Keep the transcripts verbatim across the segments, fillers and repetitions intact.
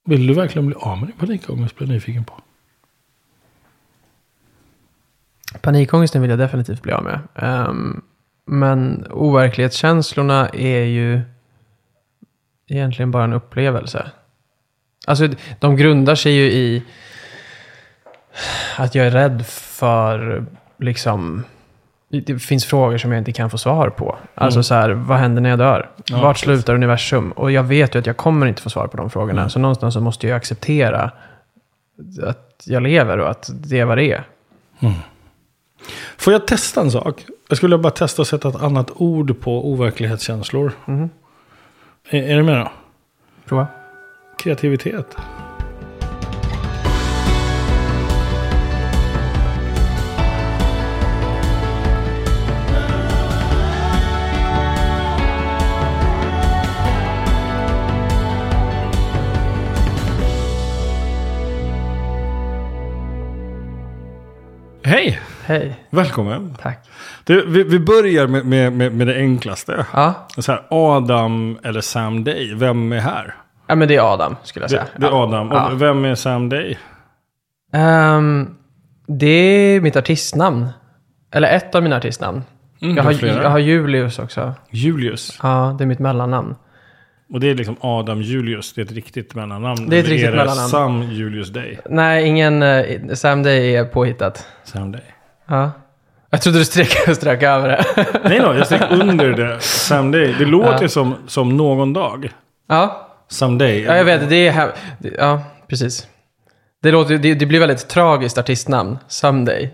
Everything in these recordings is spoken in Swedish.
Vill du verkligen bli av med din panikångest? Blir jag nyfiken på. Panikångesten vill jag definitivt bli av med. Um, men overklighetskänslorna är ju egentligen bara en upplevelse. Alltså de grundar sig ju i att jag är rädd för liksom, det finns frågor som jag inte kan få svar på. Alltså mm. så här, vad händer när jag dör? Ja, Vart slutar precis. universum? Och jag vet ju att jag kommer inte få svar på de frågorna. Mm. Så någonstans så måste jag acceptera att jag lever och att det är vad det är. Mm. Får jag testa en sak? Jag skulle bara testa att sätta ett annat ord på overklighetskänslor. Mm. Är, är det med då? Prova. Kreativitet. Hej! Hej. Välkommen. Tack. Du, vi, vi börjar med, med, med det enklaste. Ja. Så här, Adam eller Sam Day, vem är här? Ja, men det är Adam skulle jag säga. Det, det är Adam. Och ja. vem är Sam Day? Um, det är mitt artistnamn. Eller ett av mina artistnamn. Mm, jag, har, jag har Julius också. Julius? Ja, det är mitt mellannamn. Och det är liksom Adam Julius, det är ett riktigt mellannamn. Det är ett riktigt är det mellannamn. Sam Julius Day? Nej, ingen uh, Sam Day är påhittat. Sam Day. Ja. Jag trodde du strök, strök över det. Nej då, jag strök under det. Sam Day. Det låter ja. som, som någon dag. Ja. Sam Day. Ja, jag vet. Det är det, ja, precis. Det, låter, det, det blir väldigt tragiskt artistnamn. Someday.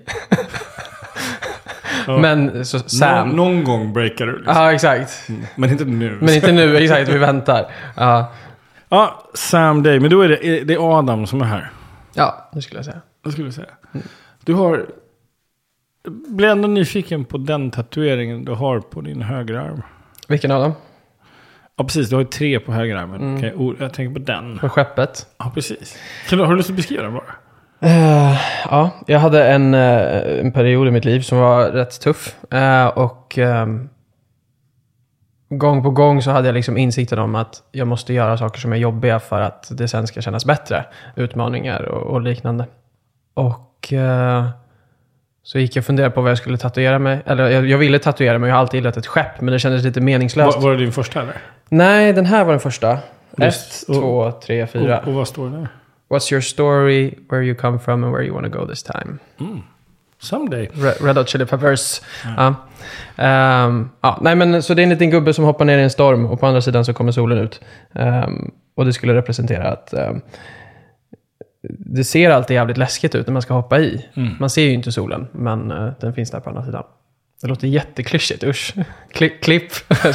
Ja. Men så, Sam. Nå, någon gång breakar du. Liksom. Ja, exakt. Mm. Men inte nu. Men inte nu, exakt. Vi väntar. Ja. Ja, Sam Day. Men då är det, det är Adam som är här. Ja, det skulle jag säga. Det skulle jag säga. Mm. Du har... Blir ändå nyfiken på den tatueringen du har på din högra arm. Vilken av dem? Ja, precis. Du har ju tre på höger armen. Mm. Okay, oh, jag tänker på den. På skeppet. Ja, precis. Kan du, har du lust att beskriva den bara? Uh, ja, jag hade en, uh, en period i mitt liv som var rätt tuff. Uh, och um, gång på gång så hade jag liksom insikten om att jag måste göra saker som är jobbiga för att det sen ska kännas bättre. Utmaningar och, och liknande. Och... Uh, Så gick jag och funderade på vad jag skulle tatuera mig. Eller jag, jag ville tatuera mig, jag har alltid gillat ett skepp. Men det kändes lite meningslöst. Var, var det din första eller? Nej, den här var den första. Just, Ett, två, tre, fyra. Och, och vad står det där? What's your story, where you come from and where you want to go this time. Mm. Someday. Red, Red Hot Chili Peppers. Mm. Ja. Um, ja, nej men så det är en liten gubbe som hoppar ner i en storm. Och på andra sidan så kommer solen ut. Um, och det skulle representera att... Um, det ser alltid jävligt läskigt ut när man ska hoppa i. Mm. Man ser ju inte solen, men uh, den finns där på andra sidan. Det låter jätteklyschigt, usch. Klipp. Klipp.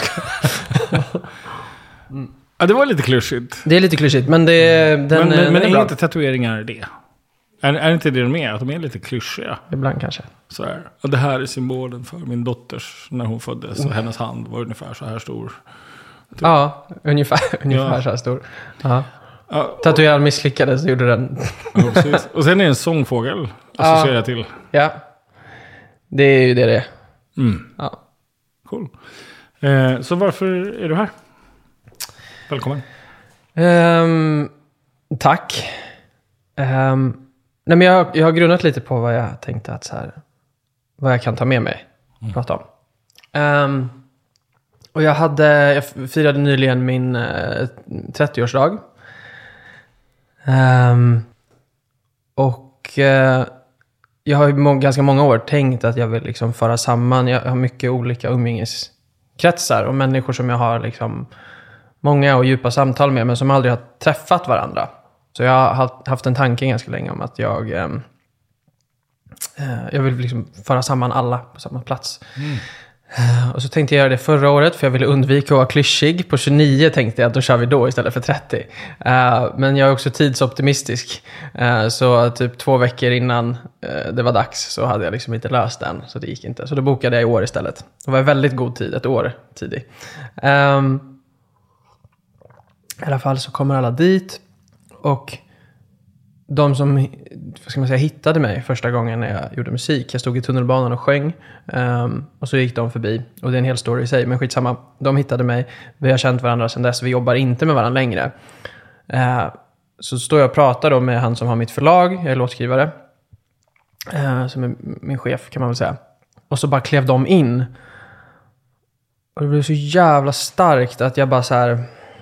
mm. Ja, det var lite klyschigt. Det är lite klyschigt, men det mm. den, Men, men, men är är inte tatueringar det? Är, är inte det de är? Att de är lite klyschiga? Ibland kanske. Så här. Och det här är symbolen för min dotters, när hon föddes. Och hennes hand var ungefär så här stor. Typ. Ja, ungefär, ungefär ja. så här stor. Ja. Ja, tatuerad misslyckades så gjorde den. Ja, precis. Och sen är det en sångfågel associerar jag till. Ja, det är ju det det är. Mm. Ja. Cool. Eh, så varför är du här? Välkommen. Um, tack. Um, nej men jag, jag har grundat lite på vad jag tänkte att så här, vad jag kan ta med mig och mm. prata om. Um, och jag hade, jag firade nyligen min uh, trettioårsdag. Um, och uh, jag har ju må- ganska många år tänkt att jag vill liksom föra samman. Jag har mycket olika umgängeskretsar och människor som jag har liksom många och djupa samtal med, men som aldrig har träffat varandra. Så jag har haft en tanke ganska länge om att jag um, uh, jag vill liksom föra samman alla på samma plats. Mm. Uh, och så tänkte jag göra det förra året, för jag ville undvika att vara klyschig. På tjugonio tänkte jag att då kör vi då istället för trettio. Uh, men jag är också tidsoptimistisk. Uh, så typ två veckor innan uh, det var dags så hade jag liksom inte löst den. Så det gick inte. Så då bokade jag i år istället. Det var väldigt god tid, ett år tidig. Um, I alla fall så kommer alla dit. Och de som, vad ska man säga, hittade mig första gången när jag gjorde musik. Jag stod i tunnelbanan och sjöng. Um, och så gick de förbi. Och det är en hel story i sig, men skitsamma. De hittade mig. Vi har känt varandra sedan dess. Vi jobbar inte med varandra längre. Uh, så står jag och pratar då med han som har mitt förlag, jag är låtskrivare. Eh, som är min chef kan man väl säga. Och så bara klev de in. Och det blev så jävla starkt att jag bara så här...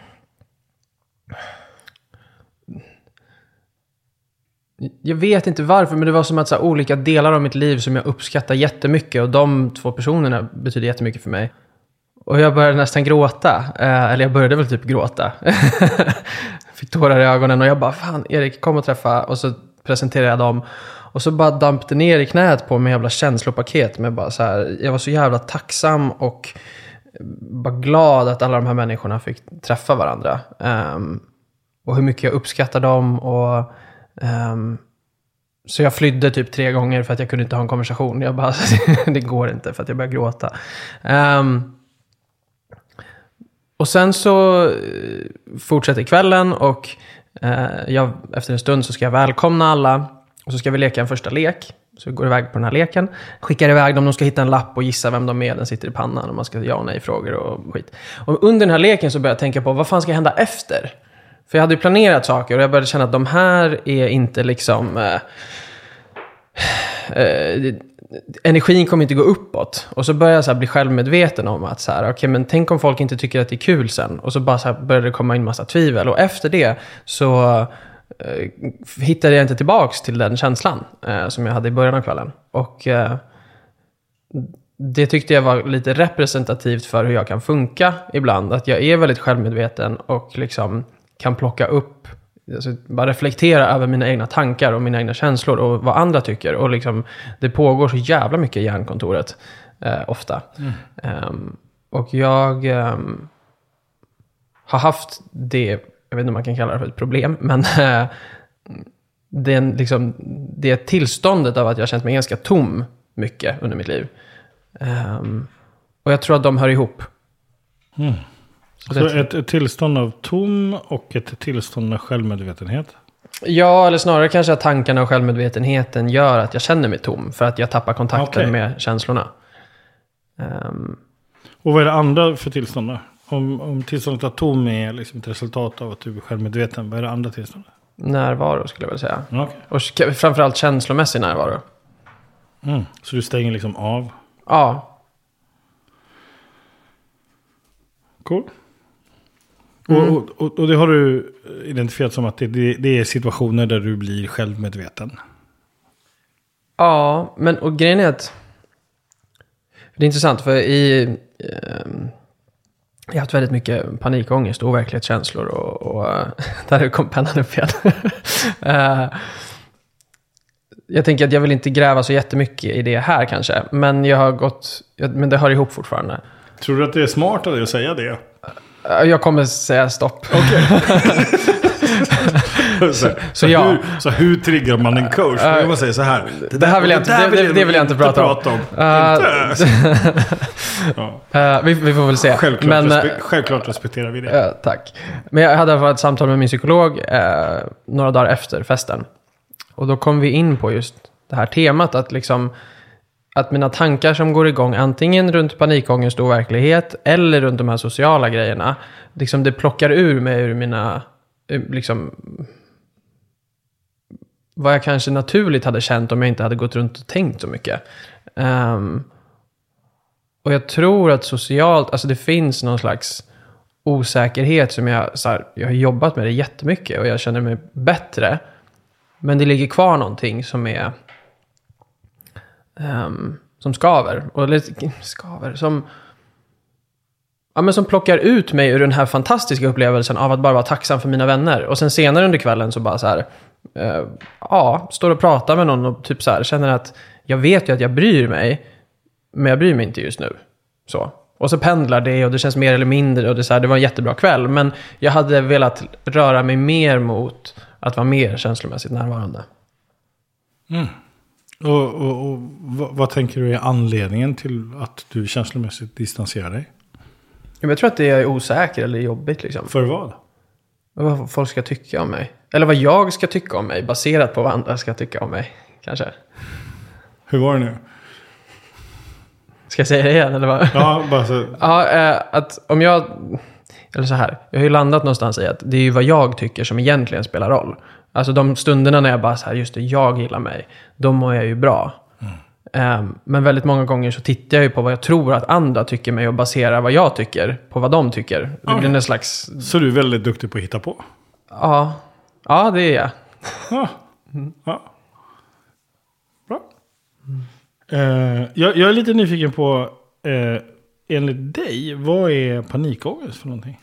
Jag vet inte varför, men det var som att så här, olika delar av mitt liv som jag uppskattar jättemycket. Och de två personerna betyder jättemycket för mig. Och jag började nästan gråta. Eh, eller jag började väl typ gråta. Fick tårar i ögonen och jag bara, fan Erik, kom och träffa. Och så presenterade jag dem. Och så bara dampte ner i knät på mig jävla känslopaket. Med bara så här, jag var så jävla tacksam och bara glad att alla de här människorna fick träffa varandra. Um, och hur mycket jag uppskattar dem. Och, um, så jag flydde typ tre gånger för att jag kunde inte ha en konversation. Jag bara, det går inte för att jag började gråta. Um, och sen så fortsätter kvällen och uh, jag, efter en stund så ska jag välkomna alla. Och så ska vi leka en första lek. Så vi går iväg på den här leken. Skickar iväg dem, de ska hitta en lapp och gissa vem de är. Den sitter i pannan och man ska ja och nej frågor och skit. Och under den här leken så började jag tänka på vad fan ska hända efter? För jag hade ju planerat saker och jag började känna att de här är inte liksom... Eh, eh, energin kommer inte gå uppåt. Och så började jag så här bli självmedveten om att så här, okay, men tänk om folk inte tycker att det är kul sen. Och så bara så här började det komma in massa tvivel. Och efter det så... Uh, hittade jag inte tillbaks till den känslan uh, som jag hade i början av kvällen. Och uh, det tyckte jag var lite representativt för hur jag kan funka ibland. Att jag är väldigt självmedveten och liksom kan plocka upp, alltså bara reflektera över mina egna tankar och mina egna känslor och vad andra tycker. Och liksom, det pågår så jävla mycket i hjärnkontoret uh, ofta. Mm. Um, och jag um, har haft det. Jag vet inte om man kan kalla det för ett problem, men äh, det, är liksom, det är tillståndet av att jag har känt mig ganska tom mycket under mitt liv. Um, och jag tror att de hör ihop. Mm. Så, så ett, ett tillstånd av tom och ett tillstånd av självmedvetenhet? Ja, eller snarare kanske att tankarna och självmedvetenheten gör att jag känner mig tom. För att jag tappar kontakten okay. med känslorna. Um, och vad är det andra för tillstånd då? Om, om tillståndet av tom är liksom ett resultat av att du är självmedveten, vad är det andra tillståndet? Närvaro skulle jag väl säga. Okay. Och framförallt känslomässig närvaro. Mm. Så du stänger liksom av? Ja. Cool. Mm. Och, och, och det har du identifierat som att det, det, det är situationer där du blir självmedveten? Ja, men och grejen är att det är intressant för i... Eh, jag har haft väldigt mycket panikångest och overklighetskänslor och, och där kom pennan upp igen. uh, jag tänker att jag vill inte gräva så jättemycket i det här kanske, men jag har gått, men det hör ihop fortfarande. Tror du att det är smart av dig att säga det? Uh, jag kommer säga stopp. Okej. så, så, så, ja. hur, så hur triggar man en coach? Uh, jag säga så här. Det, det här vill jag inte, det, det, det vill jag inte prata, prata om. om. Uh, ja. uh, vi, vi får väl se. Självklart, men, respe- självklart respekterar vi det. Uh, tack. Men jag hade ett samtal med min psykolog uh, några dagar efter festen. Och då kom vi in på just det här temat att liksom att mina tankar som går igång antingen runt panikångest och overklighet eller runt de här sociala grejerna, liksom det plockar ur mig ur mina liksom vad jag kanske naturligt hade känt om jag inte hade gått runt och tänkt så mycket. Um, och jag tror att socialt, alltså det finns någon slags osäkerhet som jag så här, jag har jobbat med det jättemycket och jag känner mig bättre. Men det ligger kvar någonting som är um, som skaver och eller, skaver som ja, men som plockar ut mig ur den här fantastiska upplevelsen av att bara vara tacksam för mina vänner. Och sen senare under kvällen så bara så här uh, ja, står och pratar med någon och typ så här känner att jag vet ju att jag bryr mig, men jag bryr mig inte just nu. Så. Och så pendlar det och det känns mer eller mindre och det, så här, det var en jättebra kväll, men jag hade velat röra mig mer mot att vara mer känslomässigt närvarande. Mm. Och, och, och vad, vad tänker du är anledningen till att du känslomässigt distanserar dig? Jag tror att det är osäker eller jobbigt liksom. För vad? Vad folk ska tycka om mig. Eller vad jag ska tycka om mig baserat på vad andra ska tycka om mig. Kanske. Hur var det nu? Ska jag säga det igen eller vad? Ja, bara så. Ja, äh, att om jag... eller så här, jag har ju landat någonstans i att det är ju vad jag tycker som egentligen spelar roll. Alltså de stunderna när jag bara så här, just det, jag gillar mig, då mår jag ju bra. Mm. Um, men väldigt många gånger så tittar jag ju på vad jag tror att andra tycker mig och baserar vad jag tycker på vad de tycker. Det okay. blir en slags... Så du är väldigt duktig på att hitta på? Ja, ja det är jag. Ja. Mm. Ja. Bra. Mm. Uh, jag, jag är lite nyfiken på, uh, enligt dig, vad är panikångest för någonting?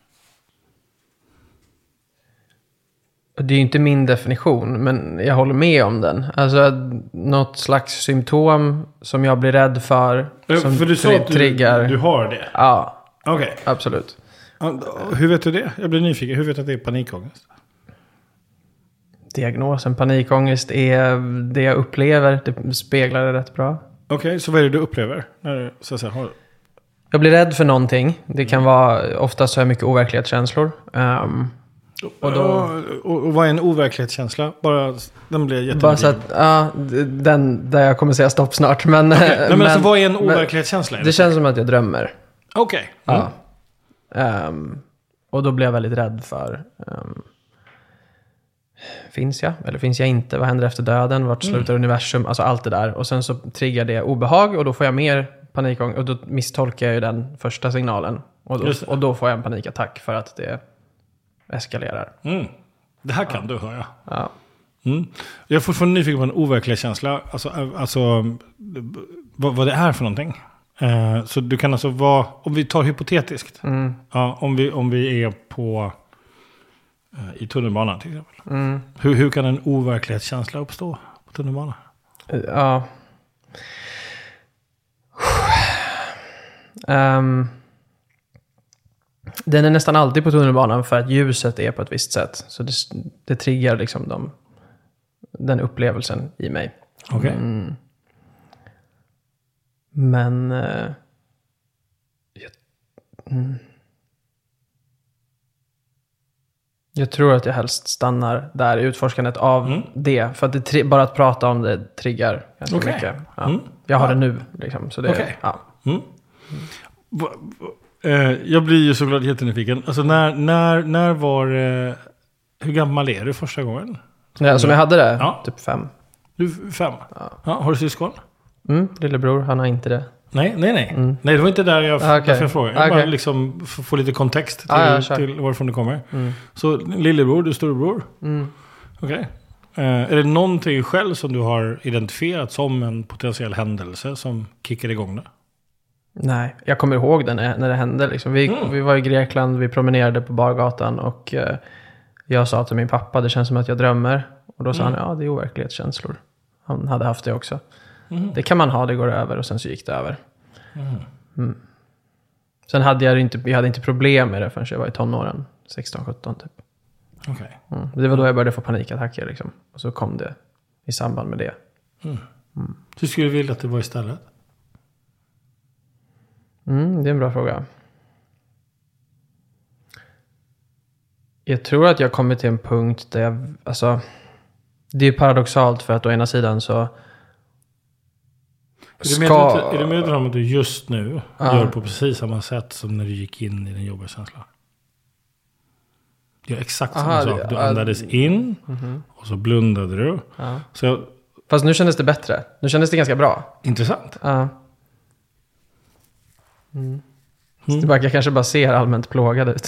Det är ju inte min definition, men jag håller med om den. Alltså något slags symptom som jag blir rädd för. Som för du sa att du, triggar. du har det? Ja, okej. Okay. Absolut. Hur vet du det? Jag blir nyfiken. Hur vet du att det är panikångest? Diagnosen panikångest är det jag upplever. Det speglar det rätt bra. Okej, okay, så vad är det du upplever? När du, så att säga, har... Jag blir rädd för någonting. Det kan vara, oftast så har jag mycket overklighetskänslor. Um, Och, då, och, och vad är en overklighetskänsla? Bara, den blir jättemycket. Bara så att, ja, den där jag kommer säga stopp snart. Men, okay. Nej, men, men alltså, vad är en men, overklighetskänsla? Det, det känns som att jag drömmer. Okej. Okay. Mm. Ja. Um, och då blir jag väldigt rädd för... Um, finns jag? Eller finns jag inte? Vad händer efter döden? Vart slutar mm. universum? Alltså allt det där. Och sen så triggar det obehag. Och då får jag mer panikångest. Och då misstolkar jag ju den första signalen. Och då, och då får jag en panikattack för att det... eskalerar. Mm. Det här kan ja. du höra. Ja. Mm. Jag är fortfarande nyfiken på en overklighetskänsla. Alltså, alltså vad, vad det är för någonting. Uh, så du kan alltså vara, om vi tar hypotetiskt. Mm. Ja, om, vi, om vi är på uh, i tunnelbanan till exempel. Mm. Hur, hur kan en overklighetskänsla uppstå på tunnelbanan? Uh, ja. um. Den är nästan alltid på tunnelbanan för att ljuset är på ett visst sätt. Så det, det triggar liksom de, den upplevelsen i mig. Okej. Okay. Mm. Men... Eh, jag, mm. jag tror att jag helst stannar där i utforskandet av mm. det. För att det tri- bara att prata om det triggar ganska okay. mycket. Ja. Mm. Jag har ja. det nu. Liksom, så det, okay. ja. Mm. Mm. Jag blir ju såklart jättenyfiken. Alltså när, när, när var... Hur gammal är du första gången? Ja, som jag hade det? Ja. Typ fem. Du fem? Ja. Ja, har du syskon? Mm, lillebror, han har inte det. Nej, nej, nej. Mm. Nej, det var inte där jag, ah, okay. jag frågade. Jag okay. bara liksom få lite kontext till, ah, ja, till varifrån du kommer. Mm. Så lillebror, du storebror? Mm. Okej. Okay. Uh, är det någonting själv som du har identifierat som en potentiell händelse som kickar igång det? Nej, jag kommer ihåg det när, när det hände. Liksom. Vi, mm. vi var i Grekland, vi promenerade på bargatan och uh, jag sa till min pappa, det känns som att jag drömmer. Och då sa mm. han, ja det är overklighetskänslor. Han hade haft det också. Mm. Det kan man ha, det går över och sen så gick det över. Mm. Mm. Sen hade jag inte, jag hade inte problem med det förrän jag var i tonåren, sexton sjutton typ. Okay. Mm. Det var då jag började få panikattacker liksom. Och så kom det i samband med det. Mm. Mm. Hur skulle du vilja att det var istället? Mm, det är en bra fråga. Jag tror att jag kommit till en punkt där jag, alltså, det är paradoxalt för att å ena sidan så Är du medveten, är du medveten om att du just nu ja. gör på precis samma sätt som när du gick in i den jobbiga känslan? Du gör exakt samma Aha, sak. Du andades in mm-hmm. och så blundade du. Ja. Så jag, Fast nu kändes det bättre. Nu kändes det ganska bra. Intressant. Ja. Mm. Mm. Det jag kanske bara ser allmänt plågad ut.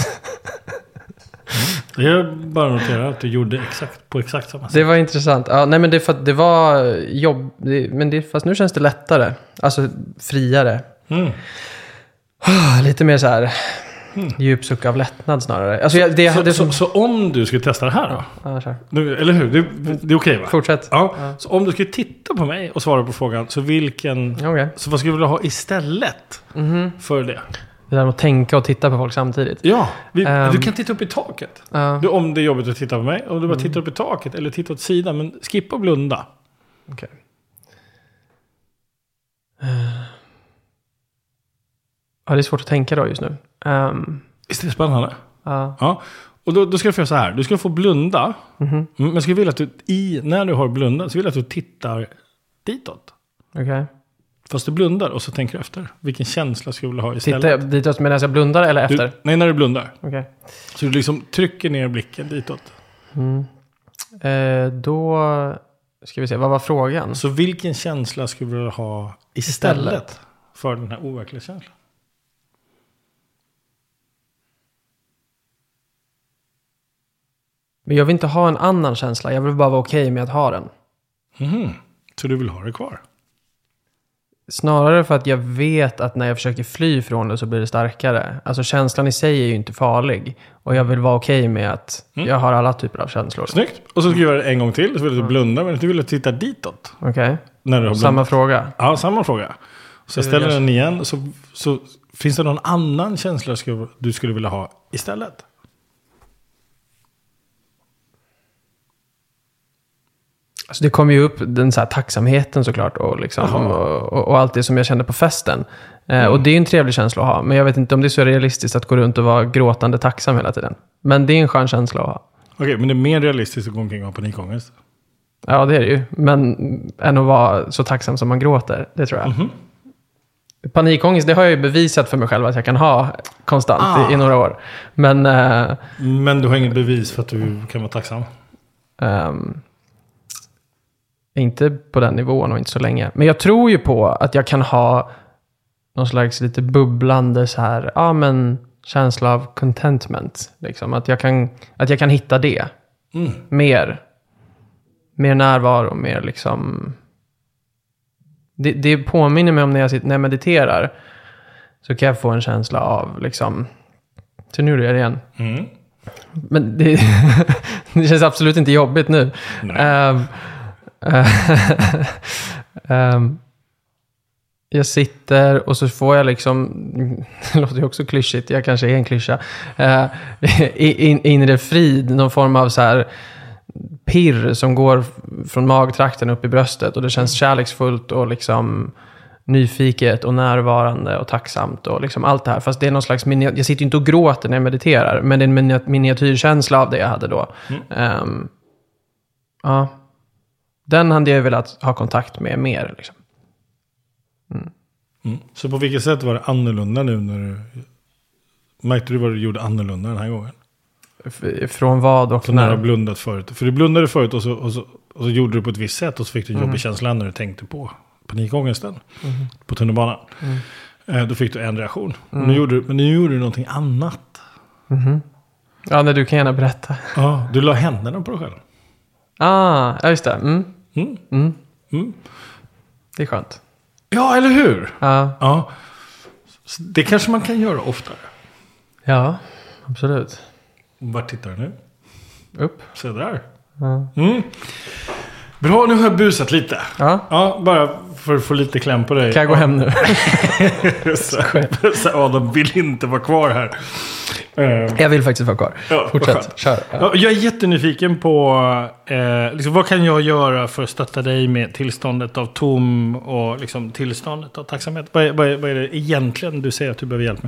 mm. Jag bara noterar att du gjorde exakt på exakt samma sätt. Det var intressant. Ja, nej men det, för det var jobb. Det, men det, fast nu känns det lättare. Alltså friare. Mm. Lite mer så här mm. djupsuck av lättnad snarare. Alltså, jag, det, så, det, så, så, så om du skulle testa det här då? Ja, kör. Du, eller hur? Det, det är okej va? Fortsätt. Ja. Ja. Så om du skulle titta på mig och svara på frågan, så vilken... Okay. Så vad skulle du vilja ha istället mm-hmm. för det? Det där med att tänka och titta på folk samtidigt. Ja, vi, um, du kan titta upp i taket. Uh, du, om det är jobbigt att titta på mig. Om du bara mm. tittar upp i taket eller tittar åt sidan. Men skippa och blunda. Okej. Okay. Uh, ja, det är svårt att tänka då just nu. Um, Visst är det spännande? Uh. Ja. Och då, då ska jag få göra så här. Du ska få blunda. Mm-hmm. Men jag skulle vilja att du, i, när du har blundat, så vill jag att du tittar ditåt. Okej. Okay. Fast du blundar och så tänker du efter. Vilken känsla skulle du vilja ha istället? Tittar jag ditåt medan jag blundar eller efter? Du, nej, när du blundar. Okay. Så du liksom trycker ner blicken ditåt. Mm. Eh, då ska vi se, vad var frågan? Så vilken känsla skulle du vilja ha istället, istället för den här overkliga känslan? Men jag vill inte ha en annan känsla. Jag vill bara vara okej med att ha den. Mm. Så du vill ha det kvar? Snarare för att jag vet att när jag försöker fly från det så blir det starkare. Alltså känslan i sig är ju inte farlig. Och jag vill vara okej med att mm. jag har alla typer av känslor. Snyggt. Och så ska vi göra det en gång till. Så vill du blunda men du vill titta ditåt. Okej. Okay. Samma fråga. Ja, samma fråga. Så jag ställer den igen. Så, så finns det någon annan känsla du skulle vilja ha istället? Alltså det kommer ju upp den så här tacksamheten såklart och, liksom, och, och, och allt det som jag kände på festen. Mm. Eh, och det är ju en trevlig känsla att ha. Men jag vet inte om det är så realistiskt att gå runt och vara gråtande tacksam hela tiden. Men det är en skön känsla att ha. Okej, okay, men det är mer realistiskt att gå omkring och ha panikångest? Ja, det är det ju. Men än att vara så tacksam som man gråter, det tror jag. Mm-hmm. Panikångest, det har jag ju bevisat för mig själv att jag kan ha konstant ah. i, i några år. Men, eh, men du har inget bevis för att du kan vara tacksam? Um, Inte på den nivån och inte så länge. Men jag tror ju på att jag kan ha någon slags lite bubblande så här, ja men känsla av contentment. Liksom. Att, jag kan, att jag kan hitta det. Mm. Mer. Mer närvaro, mer liksom... Det, det påminner mig om när jag, sitter, när jag mediterar. Så kan jag få en känsla av liksom... Så nu är det igen. Mm. Men det, det känns absolut inte jobbigt nu. Um, um, jag sitter och så får jag liksom, det låter ju också klyschigt, jag kanske är en klyscha, uh, in, inre frid, någon form av så här pirr som går från magtrakten upp i bröstet och det känns kärleksfullt och liksom nyfiket och närvarande och tacksamt och liksom allt det här. Fast det är någon slags, mini- jag sitter ju inte och gråter när jag mediterar, men det är en mini- miniatyrkänsla av det jag hade då. Mm. Um, ja. Den hade jag velat ha kontakt med mer. Liksom. Mm. Mm. Så på vilket sätt var det annorlunda nu när du... Märkte du vad du gjorde annorlunda den här gången? F- från vad och när? När du har blundat förut. För du blundade förut och så, och, så, och så gjorde du på ett visst sätt och så fick du en mm. jobbig känsla när du tänkte på panikångesten mm. på tunnelbanan. Mm. Eh, då fick du en reaktion. Mm. Nu gjorde du, men nu gjorde du någonting annat. Mm. Ja, när du kan gärna berätta. Ja, du la händerna på dig själv. Ah, ja just det. Mm. Mm. Mm. Mm. Det är skönt. Ja, eller hur? Ja. Ja. Så det kanske man kan göra oftare. Ja, absolut. Vart tittar du nu? Upp. Se där. Ja. Mm. Bra, nu har jag busat lite. Ja. Ja, bara för att få lite kläm på dig. Kan jag gå hem nu? så, så Adam vill inte vara kvar här. Jag vill faktiskt vara kvar. Ja, fortsätt, kör. Ja. Jag är jättenyfiken på eh, liksom, vad kan jag göra för att stötta dig med tillståndet av tom och liksom, tillståndet av tacksamhet? Vad är, vad, är, vad är det egentligen du säger att du behöver hjälp med?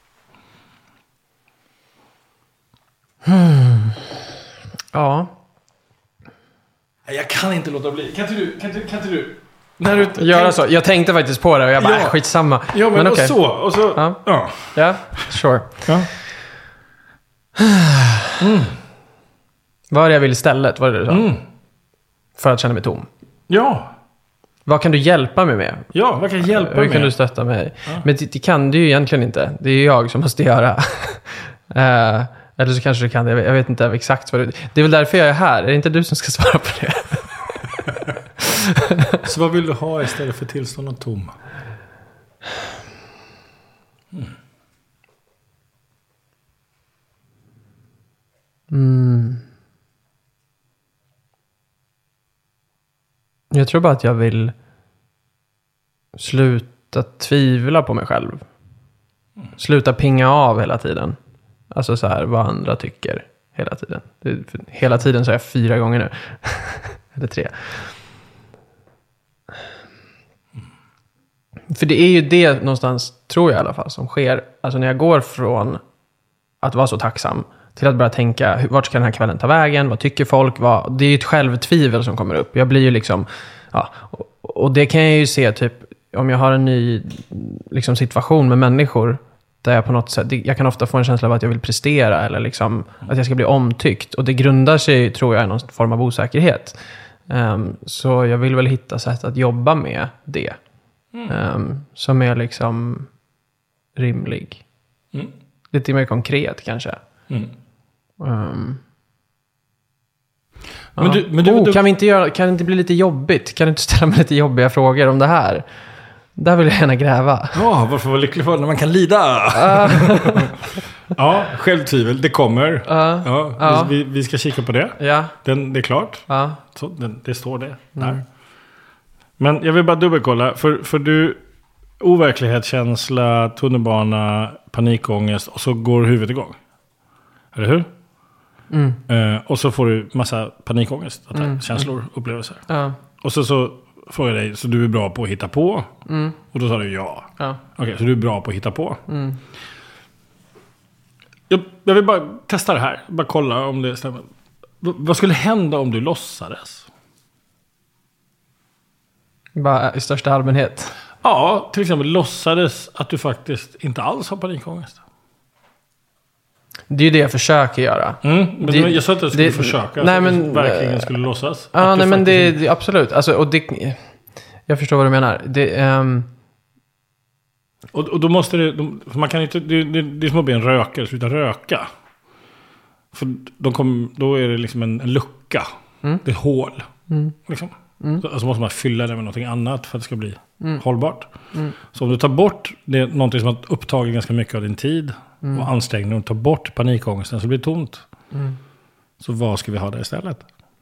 Hmm. Ja. Jag kan inte låta bli. Kan inte du... Kan inte, kan inte du när du göra tänk... så. Jag tänkte faktiskt på det och jag bara, ja. skitsamma. Ja, men, men och okay. så. Och så ja. Ja, ja sure. Ja. Mm. Vad är det jag vill istället? Vad är det du sa? Mm. För att känna mig tom. Ja. Vad kan du hjälpa mig med? Ja, vad kan jag hjälpa Hur mig med? Hur kan du stötta mig? Ja. Men det, det kan du ju egentligen inte. Det är ju jag som måste göra. uh, eller så kanske du kan det. Jag vet, jag vet inte exakt vad du... Det är väl därför jag är här. Är det inte du som ska svara på det? Så vad vill du ha istället för tillstånd och tom? Mm. Mm. Jag tror bara att jag vill sluta tvivla på mig själv. Mm. Sluta pinga av hela tiden. Alltså så här, vad andra tycker hela tiden. Det, hela tiden så är jag fyra gånger nu. Eller tre. Mm. För det är ju det någonstans, tror jag i alla fall, som sker. Alltså när jag går från att vara så tacksam till att börja tänka, vart ska den här kvällen ta vägen? Vad tycker folk? Vad? Det är ju ett självtvivel som kommer upp. Jag blir ju liksom, ja, och, och det kan jag ju se typ om jag har en ny liksom, situation med människor där jag på något sätt, jag kan ofta få en känsla av att jag vill prestera eller liksom, att jag ska bli omtyckt. Och det grundar sig, tror jag, i någon form av osäkerhet. Um, så jag vill väl hitta sätt att jobba med det. Mm. Um, som är liksom rimlig. Mm. Lite mer konkret kanske. Mm. Um, men du, men du, oh, du... Kan, vi inte göra, kan det inte bli lite jobbigt? Kan du inte ställa mig lite jobbiga frågor om det här? Där vill jag gärna gräva. Ja, varför vara lycklig för när man kan lida? Uh. Ja, självtvivel, det kommer. Uh. Ja, uh. Vi, vi ska kika på det. Yeah. Den, det är klart. Uh. Så, den, det står det där. Mm. Men jag vill bara dubbelkolla. För, för du, overklighetskänsla, tunnelbana, panikångest och så går huvudet igång. Eller hur? Mm. Uh, och så får du massa panikångest. Mm. Känslor, upplevelser. Uh. Och så så... frågar dig, så du är bra på att hitta på? Mm. Och då sa du ja. ja. Okej, okay, så du är bra på att hitta på. Mm. Jag, jag vill bara testa det här. Bara kolla om det stämmer. V- vad skulle hända om du låtsades? Bara i största allmänhet? Ja, till exempel låtsades att du faktiskt inte alls har panikångest. Det är ju det jag försöker göra. Mm, men det, jag sa att jag skulle det, försöka. Nej, men, verkligen skulle låtsas. Ja, nej, men det, det absolut. Alltså, och det, jag förstår vad du menar. Det, um... och, och då måste det... De, man kan inte... Det, det, det är som att bli en rökare. Sluta röka. För de kom, då är det liksom en, en lucka. Mm. Det är ett hål. Mm. Liksom. Mm. Så alltså måste man fylla det med någonting annat för att det ska bli mm. hållbart. Mm. Så om du tar bort det, någonting som har upptagit ganska mycket av din tid mm. och ansträngning, och tar bort panikångesten så blir det tomt. Mm. Så vad ska vi ha där istället?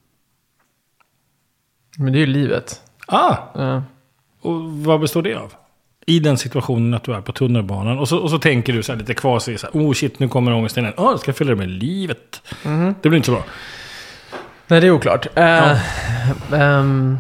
Men det är ju livet. Ah! Ja. Och vad består det av? I den situationen att du är på tunnelbanan och så, och så tänker du så här lite kvar sig så här, oh shit, nu kommer ångesten igen. Ja, oh, ska jag fylla det med livet. Mm. Det blir inte så bra. Nej, det är oklart. Ja. Uh, um,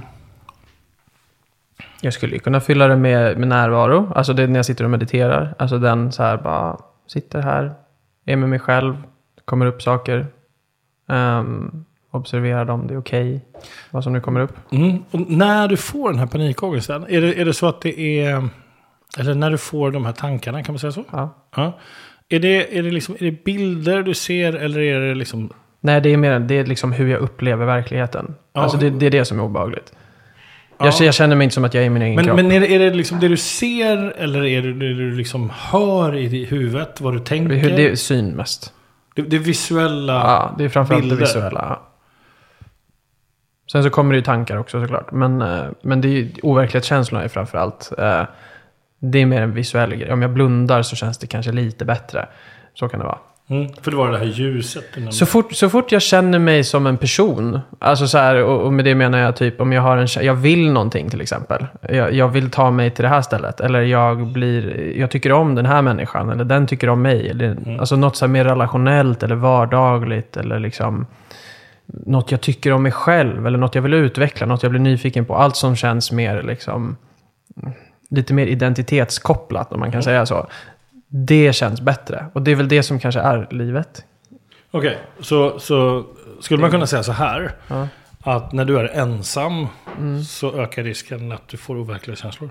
jag skulle ju kunna fylla det med, med närvaro. Alltså det är när jag sitter och mediterar. Alltså den så här bara sitter här, är med mig själv, kommer upp saker. Um, observera dem, det är okej. Okay, vad som nu kommer upp. Mm. Och när du får den här panikångesten, är det, är det så att det är... Eller när du får de här tankarna, kan man säga så? Ja. Ja. Är det, är det liksom, är det bilder du ser eller är det liksom... Nej, det är mer det är liksom hur jag upplever verkligheten. Ja. Alltså det, det är det som är obehagligt. Ja. Jag, jag känner mig inte som att jag är i min egen men, kropp. Men är det, är det liksom det du ser eller är det det du liksom hör i huvudet, vad du tänker? Det, det är syn mest. Det, det är visuella Ja, det är framförallt bilder. Det visuella. Sen så kommer det ju tankar också såklart. Men, men det är ju overklighetskänslorna är framförallt. Det är mer en visuell grej. Om jag blundar så känns det kanske lite bättre. Så kan det vara. Mm, för det var det här ljuset. Så fort, så fort jag känner mig som en person. Alltså så här, och, och med det menar jag typ om jag har en, jag vill någonting till exempel. Jag, jag vill ta mig till det här stället. Eller jag blir, jag tycker om den här människan. Eller den tycker om mig. Eller, mm. Alltså något så här mer relationellt eller vardagligt. Eller liksom något jag tycker om mig själv. Eller något jag vill utveckla. Något jag blir nyfiken på. Allt som känns mer liksom lite mer identitetskopplat om man kan mm. säga så. Det känns bättre. Och det är väl det som kanske är livet. Okej, okay. så, så skulle man kunna säga så här. Ja. Att när du är ensam mm. så ökar risken att du får overkliga känslor.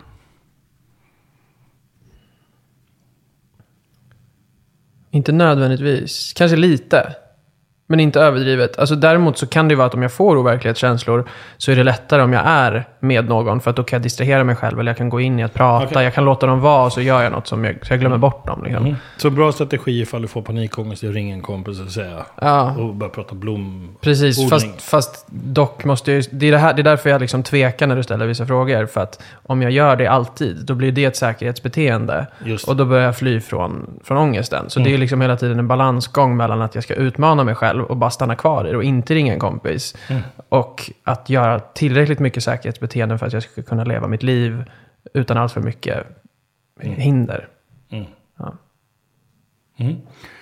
Inte nödvändigtvis. Kanske lite. Men inte överdrivet. Alltså däremot så kan det ju vara att om jag får overklighetskänslor så är det lättare om jag är med någon. För att då kan jag distrahera mig själv. Eller jag kan gå in i att prata. Okay. Jag kan låta dem vara och så gör jag något som jag, så jag glömmer bort dem. Liksom. Mm. Så bra strategi ifall du får panikångest och ringa en kompis och säga. Ja. Och börja prata blom. Precis, fast, fast dock måste jag det är, det, här, det är därför jag liksom tvekar när du ställer vissa frågor. För att om jag gör det alltid, då blir det ett säkerhetsbeteende. Just. Och då börjar jag fly från, från ångesten. Så mm. det är liksom hela tiden en balansgång mellan att jag ska utmana mig själv och bara stanna kvar i det och inte ringa en kompis. Mm. Och att göra tillräckligt mycket säkerhetsbeteenden för att jag ska kunna leva mitt liv utan allt för mycket mm. hinder. Mm. Ja. Mm.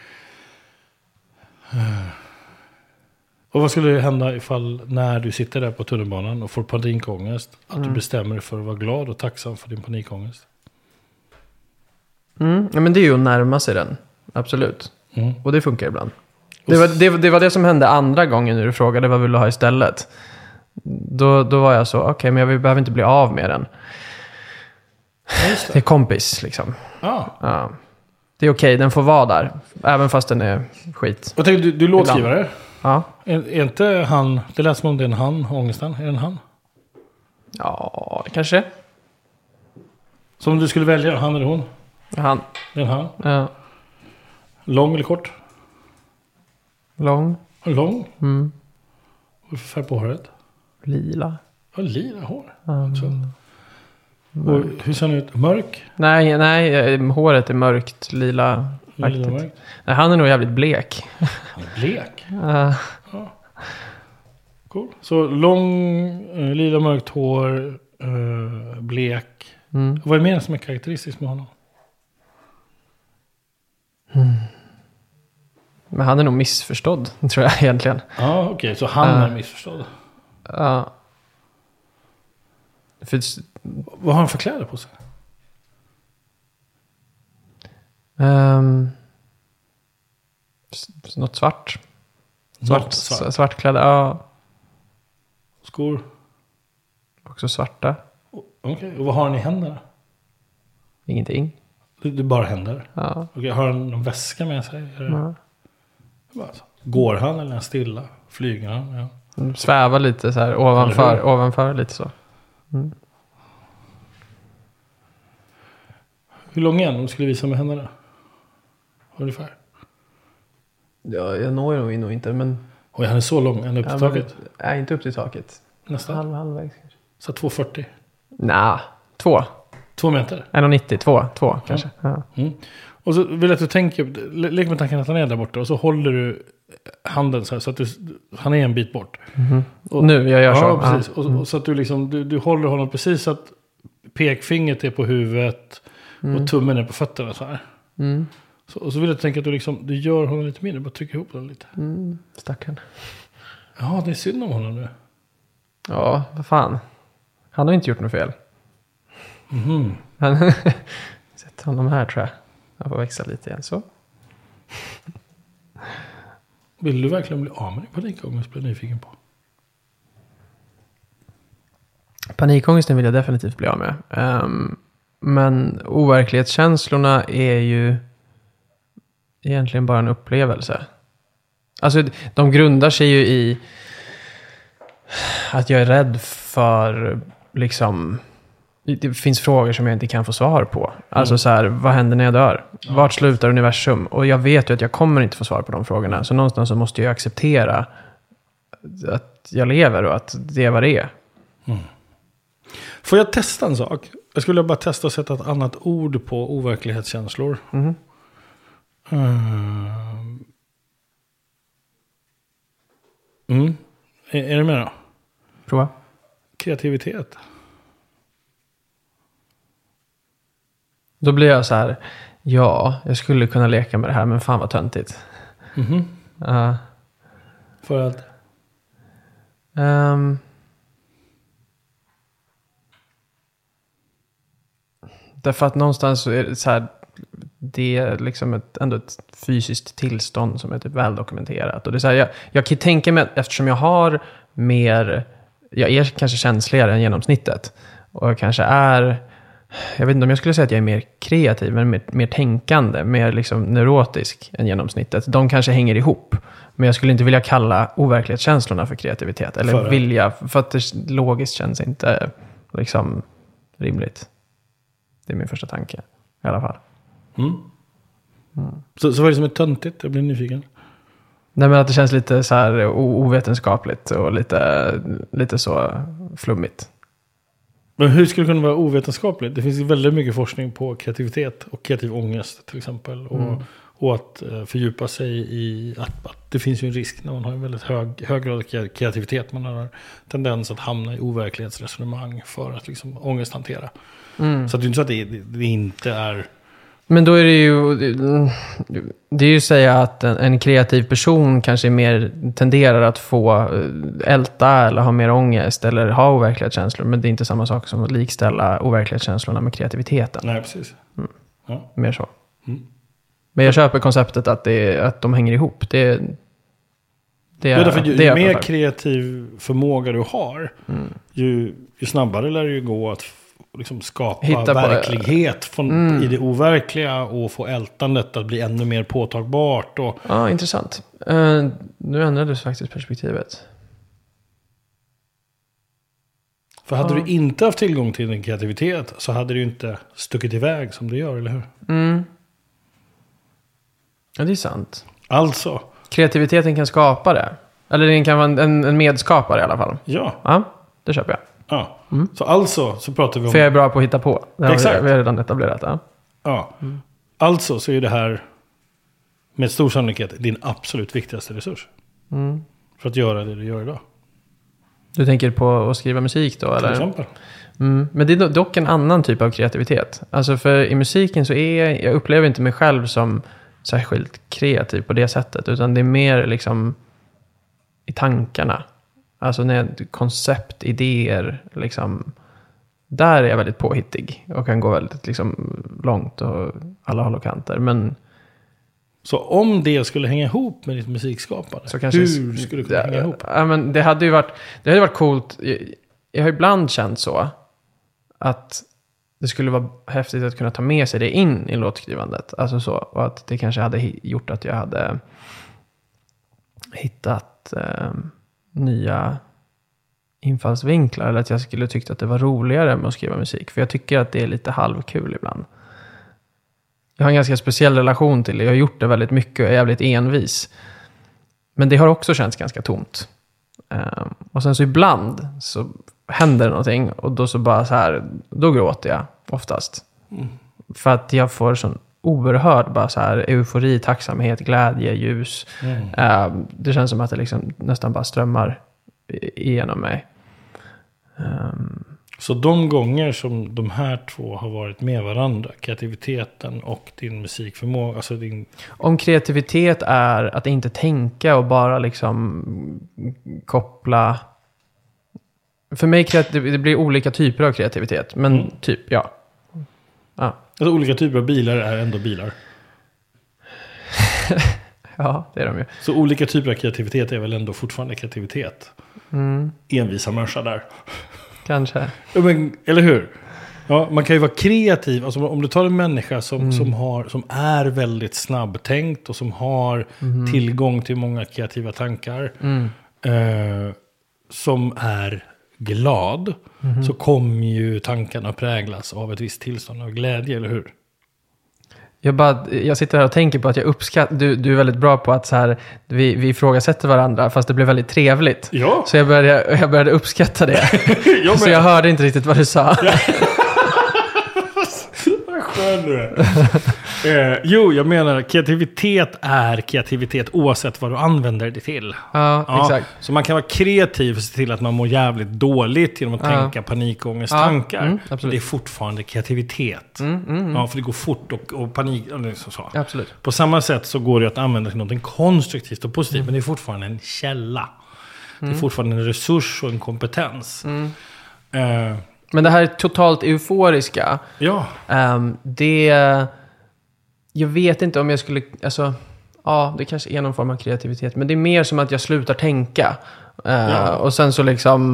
Och vad skulle hända ifall när du sitter där på tunnelbanan och får panikångest att mm. du bestämmer dig för att vara glad och tacksam för din panikångest? Mm. Ja, men det är ju att närma sig den. Absolut. Mm. Och det funkar ibland. Det var det, det var det som hände andra gången när du frågade vad vill du ha istället. Då, då var jag så, okej, okay, men jag behöver inte bli av med den. Ja, just det. Det är kompis liksom. Ah. Ja. Det är okej, den får vara där. Även fast den är skit. Jag tänkte, du, du är låtskrivare. Ja. Är, är inte han, det lät som om det är en han, ångesten. Är det en han? Ja, det kanske är. Så om du skulle välja, han eller hon? Han. Det är en han. Ja. Lång eller kort? Lång. Lång? Mm. Vad är för färg på håret? Lila. Ja, lila hår. Mm. Så. Och hur ser han ut? Mörk? Nej, nej, eh, håret är mörkt, lila. Lila mörk. Nej, han är nog jävligt blek. Han är blek. Uh. Ja. Cool. Så lång, eh, lila mörkt hår, eh, blek. Mm. Vad är mer som är karaktäristiskt med honom? Mm. Men han är nog missförstådd, tror jag egentligen. Ja, okej. Okay. Så han uh. är missförstådd. Ja. Uh. För... Vad har han för kläder på sig? Um, något svart. Svart, något svart. Svartkläder, ja. Skor? Också svarta. Okej, okay. Och vad har han i händerna? Ingenting. Det, det är bara händer? Ja. Okay. Har han någon väska med sig? Är det... Ja. Går han eller är han stilla? Flyger han? Ja. Svävar lite så här ovanför, ovanför lite så. Mm. Hur lång är han om du skulle visa med händerna? Ungefär. Ja, jag når nog nog inte, men... Oj, han är så lång. Han är upp till ja, taket? Nej, inte upp till taket. Nästan? Halv, halvvägs kanske. Så två fyrtio? Nej, två. Två meter? ett komma nittio, två, två kanske. Ja. Mm. Och så vill jag att du tänker, lägg med tanken att han är där borta och så håller du handen så här så att du, han är en bit bort. Mm-hmm. Och, nu, jag gör så. Ja, precis. Och, och så att du liksom, du, du håller honom precis så att pekfingret är på huvudet mm. och tummen är på fötterna så här. Mm. Så, och så vill jag tänka att du liksom, du gör honom lite mindre, bara trycker ihop den lite. Mm. Stackarn. Ja, det är synd om honom nu. Ja, vad fan. Han har inte gjort något fel. Mhm. Sätt honom här tror jag. Jag får växa lite igen så. Vill du verkligen bli av med din panikångest? Blir nyfiken på? Panikångesten vill jag definitivt bli av med. Um, men overklighetskänslorna är ju egentligen bara en upplevelse. Alltså de grundar sig ju i att jag är rädd för liksom... Det finns frågor som jag inte kan få svar på. Alltså mm. så här, vad händer när jag dör? Ja. Vart slutar universum? Och jag vet ju att jag kommer inte få svar på de frågorna. Så någonstans så måste jag acceptera att jag lever och att det är vad det är. Mm. Får jag testa en sak? Jag skulle bara testa att sätta ett annat ord på overklighetskänslor. Mm. Mm. Mm. Är, är det med då? Prova. Kreativitet. Då blir jag så här, ja, jag skulle kunna leka med det här, men fan vad töntigt. Mm-hmm. Uh, För att? Um, därför att någonstans så är det så här, det är liksom ett, ändå ett fysiskt tillstånd som är typ väldokumenterat. Och det är så här, jag, jag kan tänka mig, eftersom jag har mer, jag är kanske känsligare än genomsnittet. Och jag kanske är... Jag vet inte om jag skulle säga att jag är mer kreativ, men mer, mer tänkande, mer liksom neurotisk än genomsnittet. De kanske hänger ihop. Men jag skulle inte vilja kalla overklighetskänslorna för kreativitet. Eller för vilja, för att det logiskt känns inte liksom rimligt. Det är min första tanke, i alla fall. Mm. Mm. Så, så vad är det som är töntigt? Jag blir nyfiken. Nej, men att det känns lite så här ovetenskapligt och lite, lite så flummigt. Men hur skulle det kunna vara ovetenskapligt? Det finns ju väldigt mycket forskning på kreativitet och kreativ ångest till exempel. Och, mm. och att uh, fördjupa sig i att, att det finns ju en risk när man har en väldigt hög, hög grad av kreativitet. Man har tendens att hamna i overklighetsresonemang för att liksom ångesthantera. Mm. Så att det är inte så att det, det, det inte är... Men då är det ju... Det är ju att säga att en, en kreativ person kanske mer tenderar att få älta eller ha mer ångest eller ha overklighetskänslor. Men det är inte samma sak som att likställa overklighetskänslorna med kreativiteten. Nej, precis. Mm. Ja. Mer så. Mm. Men jag köper konceptet att, det, att de hänger ihop. Det, det är, ja, därför, ju, det är ju mer kreativ förmåga du har, mm. ju, ju snabbare lär det ju gå att liksom skapa Hitta på- verklighet från, i det overkliga och få ältandet att bli ännu mer påtagbart. Och, Ja, intressant. Uh, nu ändrades faktiskt perspektivet. för hade Ja. du inte haft tillgång till din kreativitet så hade du ju inte stuckit iväg som du gör, eller hur? Mm. Ja, det är sant. Alltså, Kreativiteten kan skapa det. Eller den kan vara en, en medskapare i alla fall. ja. Ja, det köper jag. ja. Så alltså så pratar vi om... För jag är bra på att hitta på. Det har Exakt. vi, vi har redan etablerat. Ja. Ja. Alltså så är det här med stor sannolikhet din absolut viktigaste resurs. Mm. För att göra det du gör idag. Du tänker på att skriva musik då? Till Eller? exempel. Mm. Men det är dock en annan typ av kreativitet. Alltså för i musiken så är jag, jag upplever inte mig själv som särskilt kreativ på det sättet. Utan det är mer liksom i tankarna. Alltså när jag, koncept, idéer, liksom. Där är jag väldigt påhittig. Och kan gå väldigt liksom långt och alla håll och kanter. Men Så om det skulle hänga ihop med ditt musikskapande, så kanske hur skulle det kunna hänga ihop? Ja, men det hade ju varit, det hade varit coolt. Jag, jag har ibland känt så att det skulle vara häftigt att kunna ta med sig det in i låtskrivandet. Alltså så. Och att det kanske hade hi- gjort att jag hade hittat eh, nya infallsvinklar. Eller att jag skulle tyckt att det var roligare med att skriva musik. För jag tycker att det är lite halvkul ibland. Jag har en ganska speciell relation till det. Jag har gjort det väldigt mycket och är jävligt envis. Men det har också känts ganska tomt. Um, och sen så ibland så händer det någonting. Och då så bara så här, då gråter jag oftast. Mm. För att jag får sån oerhörd bara så här eufori, tacksamhet, glädje, ljus. Mm. Um, det känns som att det liksom nästan bara strömmar igenom mig. Um, Så de gånger som de här två har varit med varandra, kreativiteten och din musikförmåga, alltså din... Om kreativitet är att inte tänka och bara liksom koppla... För mig kreativ, det blir olika typer av kreativitet. Men Mm. typ, ja. ja. Alltså olika typer av bilar är ändå bilar. Ja, det är de ju. Så olika typer av kreativitet är väl ändå fortfarande kreativitet. Mm, Envisa människa där. kanske. Ja, men, eller hur? Ja, man kan ju vara kreativ. Alltså, om du tar en människa som, Mm. som, har, som är väldigt snabbtänkt och som har Mm. tillgång till många kreativa tankar. Mm. Eh, som är glad. Mm. Så kommer ju tankarna präglas av ett visst tillstånd av glädje, eller hur? Jag, bara, jag sitter här och tänker på att jag uppskattar... Du, du är väldigt bra på att så här, vi, vi ifrågasätter varandra fast det blev väldigt trevligt. Ja. Så jag började, jag började uppskatta det. Jag Så jag hörde inte riktigt vad du sa. Vad skön du är. eh, jo, jag menar kreativitet är kreativitet oavsett vad du använder det till. Ja, Ja, exakt. så man kan vara kreativ och se till att man mår jävligt dåligt genom att Ja. tänka panikångesttankar. Ja, mm, absolut. det är fortfarande kreativitet. Mm, mm, mm. Ja, för det går fort och, och panik. Eller så, så. Absolut. På samma sätt så går det att använda till något konstruktivt och positivt. Mm. Men det är fortfarande en källa. Det är fortfarande en resurs och en kompetens. Mm. Eh, Men det här totalt euforiska, ja, um, det... Jag vet inte om jag skulle... Alltså, ja, det kanske är någon form av kreativitet. Men det är mer som att jag slutar tänka. Uh, Ja. Och sen så liksom...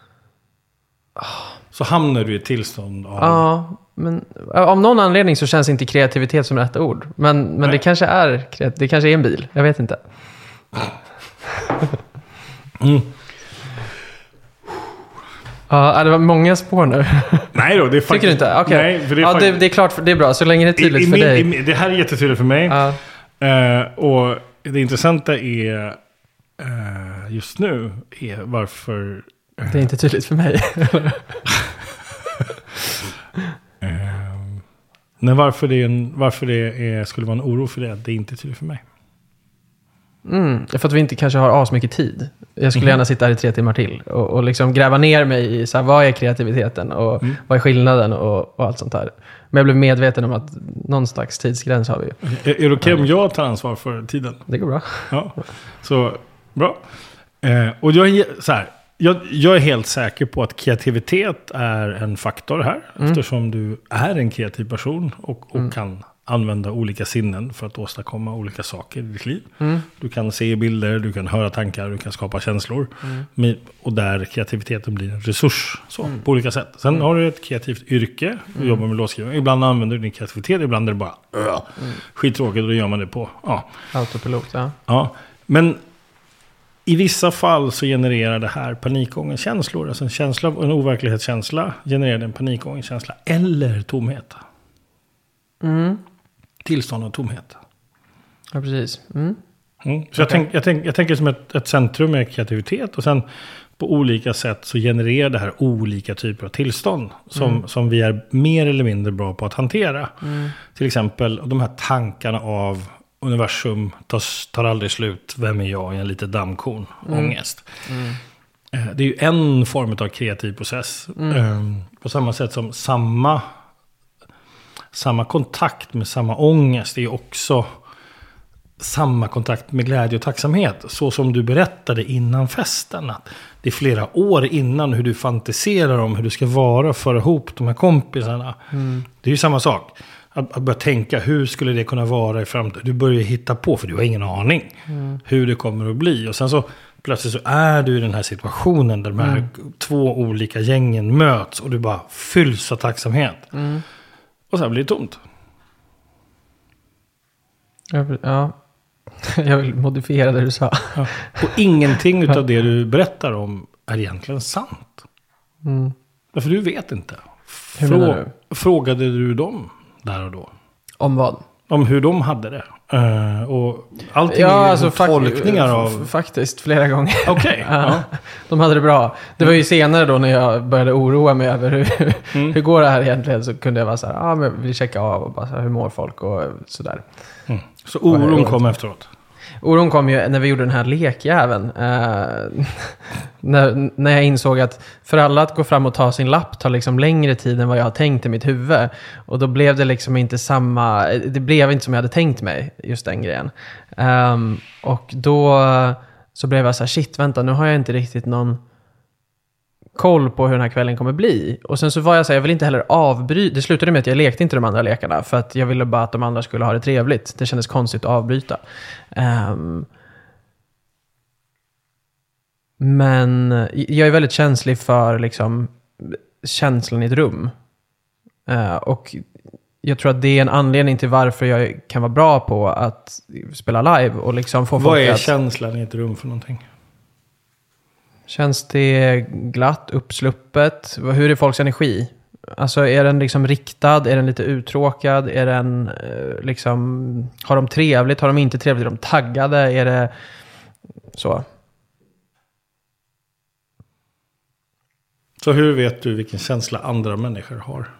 så hamnar du i ett tillstånd av... Ja, men av någon anledning så känns inte kreativitet som rätt ord. Men, men Nej. det kanske är det kanske är en bil. Jag vet inte. Mm. Ja, det var många spår nu. Nej då, det är faktiskt... Tycker du inte? Okej. Nej, för det är Ja, faktiskt... det, det är klart, det är bra. Så länge det är tydligt I, i för min, dig. i, min- det här är jättetydligt för mig. Ja. Eh, och det intressanta är eh, just nu är varför... Det är inte tydligt för mig. Eh, nej, varför det, är en, varför det är, skulle vara en oro för det, det är inte tydligt för mig. Mm, för att vi inte kanske har as mycket tid. Jag skulle Mhm. gärna sitta här i tre timmar till. Och, och liksom gräva ner mig i så här, vad är kreativiteten och Mm. vad är skillnaden och, och allt sånt där. Men jag blev medveten om att någon slags tidsgräns har vi ju. Är, är det okej om jag tar ansvar för tiden? Det går bra. Ja, så bra. Eh, och jag är, så här, jag, jag är helt säker på att kreativitet är en faktor här. Mm. Eftersom du är en kreativ person och, och Mm. kan använda olika sinnen för att åstadkomma olika saker i ditt liv. Mm. Du kan se bilder, du kan höra tankar, du kan skapa känslor. Mm. Och där kreativiteten blir en resurs så, mm. på olika sätt. Sen mm. har du ett kreativt yrke och mm. jobbar med låtskrivning. Ibland använder du din kreativitet, ibland är det bara mm. skittråkigt och då gör man det på ja. autopilot. Ja. Ja. Men i vissa fall så genererar det här panikångestkänslor. Alltså en känsla, en overklighetskänsla genererar en panikångeskänsla eller tomhet. Mm. Tillstånd av tomhet. Ja, precis. Mm. Mm. Så okay. jag, tänk, jag, tänk, jag tänker som ett, ett centrum med kreativitet och sen på olika sätt så genererar det här olika typer av tillstånd som, mm. som vi är mer eller mindre bra på att hantera. Mm. Till exempel de här tankarna av universum tar, tar aldrig slut. Vem är jag i en liten dammkorn? Mm. Ångest. Mm. Det är ju en form av kreativ process. Mm. På samma sätt som samma, samma kontakt med samma ångest är ju också samma kontakt med glädje och tacksamhet. Så som du berättade innan festen. Att det är flera år innan hur du fantiserar om hur du ska vara för ihop de här kompisarna. Mm. Det är ju samma sak. Att, att börja tänka, hur skulle det kunna vara i framtiden? Du börjar hitta på, för du har ingen aning mm. hur det kommer att bli. Och sen så plötsligt så är du i den här situationen där de här mm. två olika gängen möts och du bara fylls av tacksamhet. Mm. Och sen blir det tomt. Jag vill, ja, jag vill modifiera det du sa. Ja. Och ingenting utav det du berättar om är egentligen sant. Mm. Därför du vet inte. Hur Frå- menar du? Frågade du dem där och då? Om vad? Om hur de hade det. Uh, och allting ja, är ju alltså, tolkningar fak- av... Faktiskt, flera gånger. Okej. Okay, ja. De hade det bra. Det var ju senare då när jag började oroa mig över hur, mm. hur går det här egentligen. Så kunde jag vara så här, ja ah, men vi checkar av och bara så här, hur mår folk och sådär. Mm. Så oron kom efteråt? Oron kom ju när vi gjorde den här lekjäveln. Uh, när, när jag insåg att för alla att gå fram och ta sin lapp tar liksom längre tid än vad jag har tänkt i mitt huvud. Och då blev det liksom inte samma... Det blev inte som jag hade tänkt mig, just den grejen. Um, och då så blev jag så här, shit, vänta, nu har jag inte riktigt någon koll på hur den här kvällen kommer bli. Och sen så var jag så här, jag vill inte heller avbryta. Det slutade med att jag lekte inte de andra lekarna för att jag ville bara att de andra skulle ha det trevligt. Det kändes konstigt att avbryta. Um, men jag är väldigt känslig för liksom känslan i ett rum. Uh, och jag tror att det är en anledning till varför jag kan vara bra på att spela live och liksom få folk att... Vad är känslan i ett rum för någonting? Känns det glatt, uppsluppet? Hur är folks energi? Alltså är den liksom riktad? Är den lite uttråkad? Är den liksom... Har de trevligt? Har de inte trevligt? Är de taggade? Är det så? Så hur vet du vilken känsla andra människor har?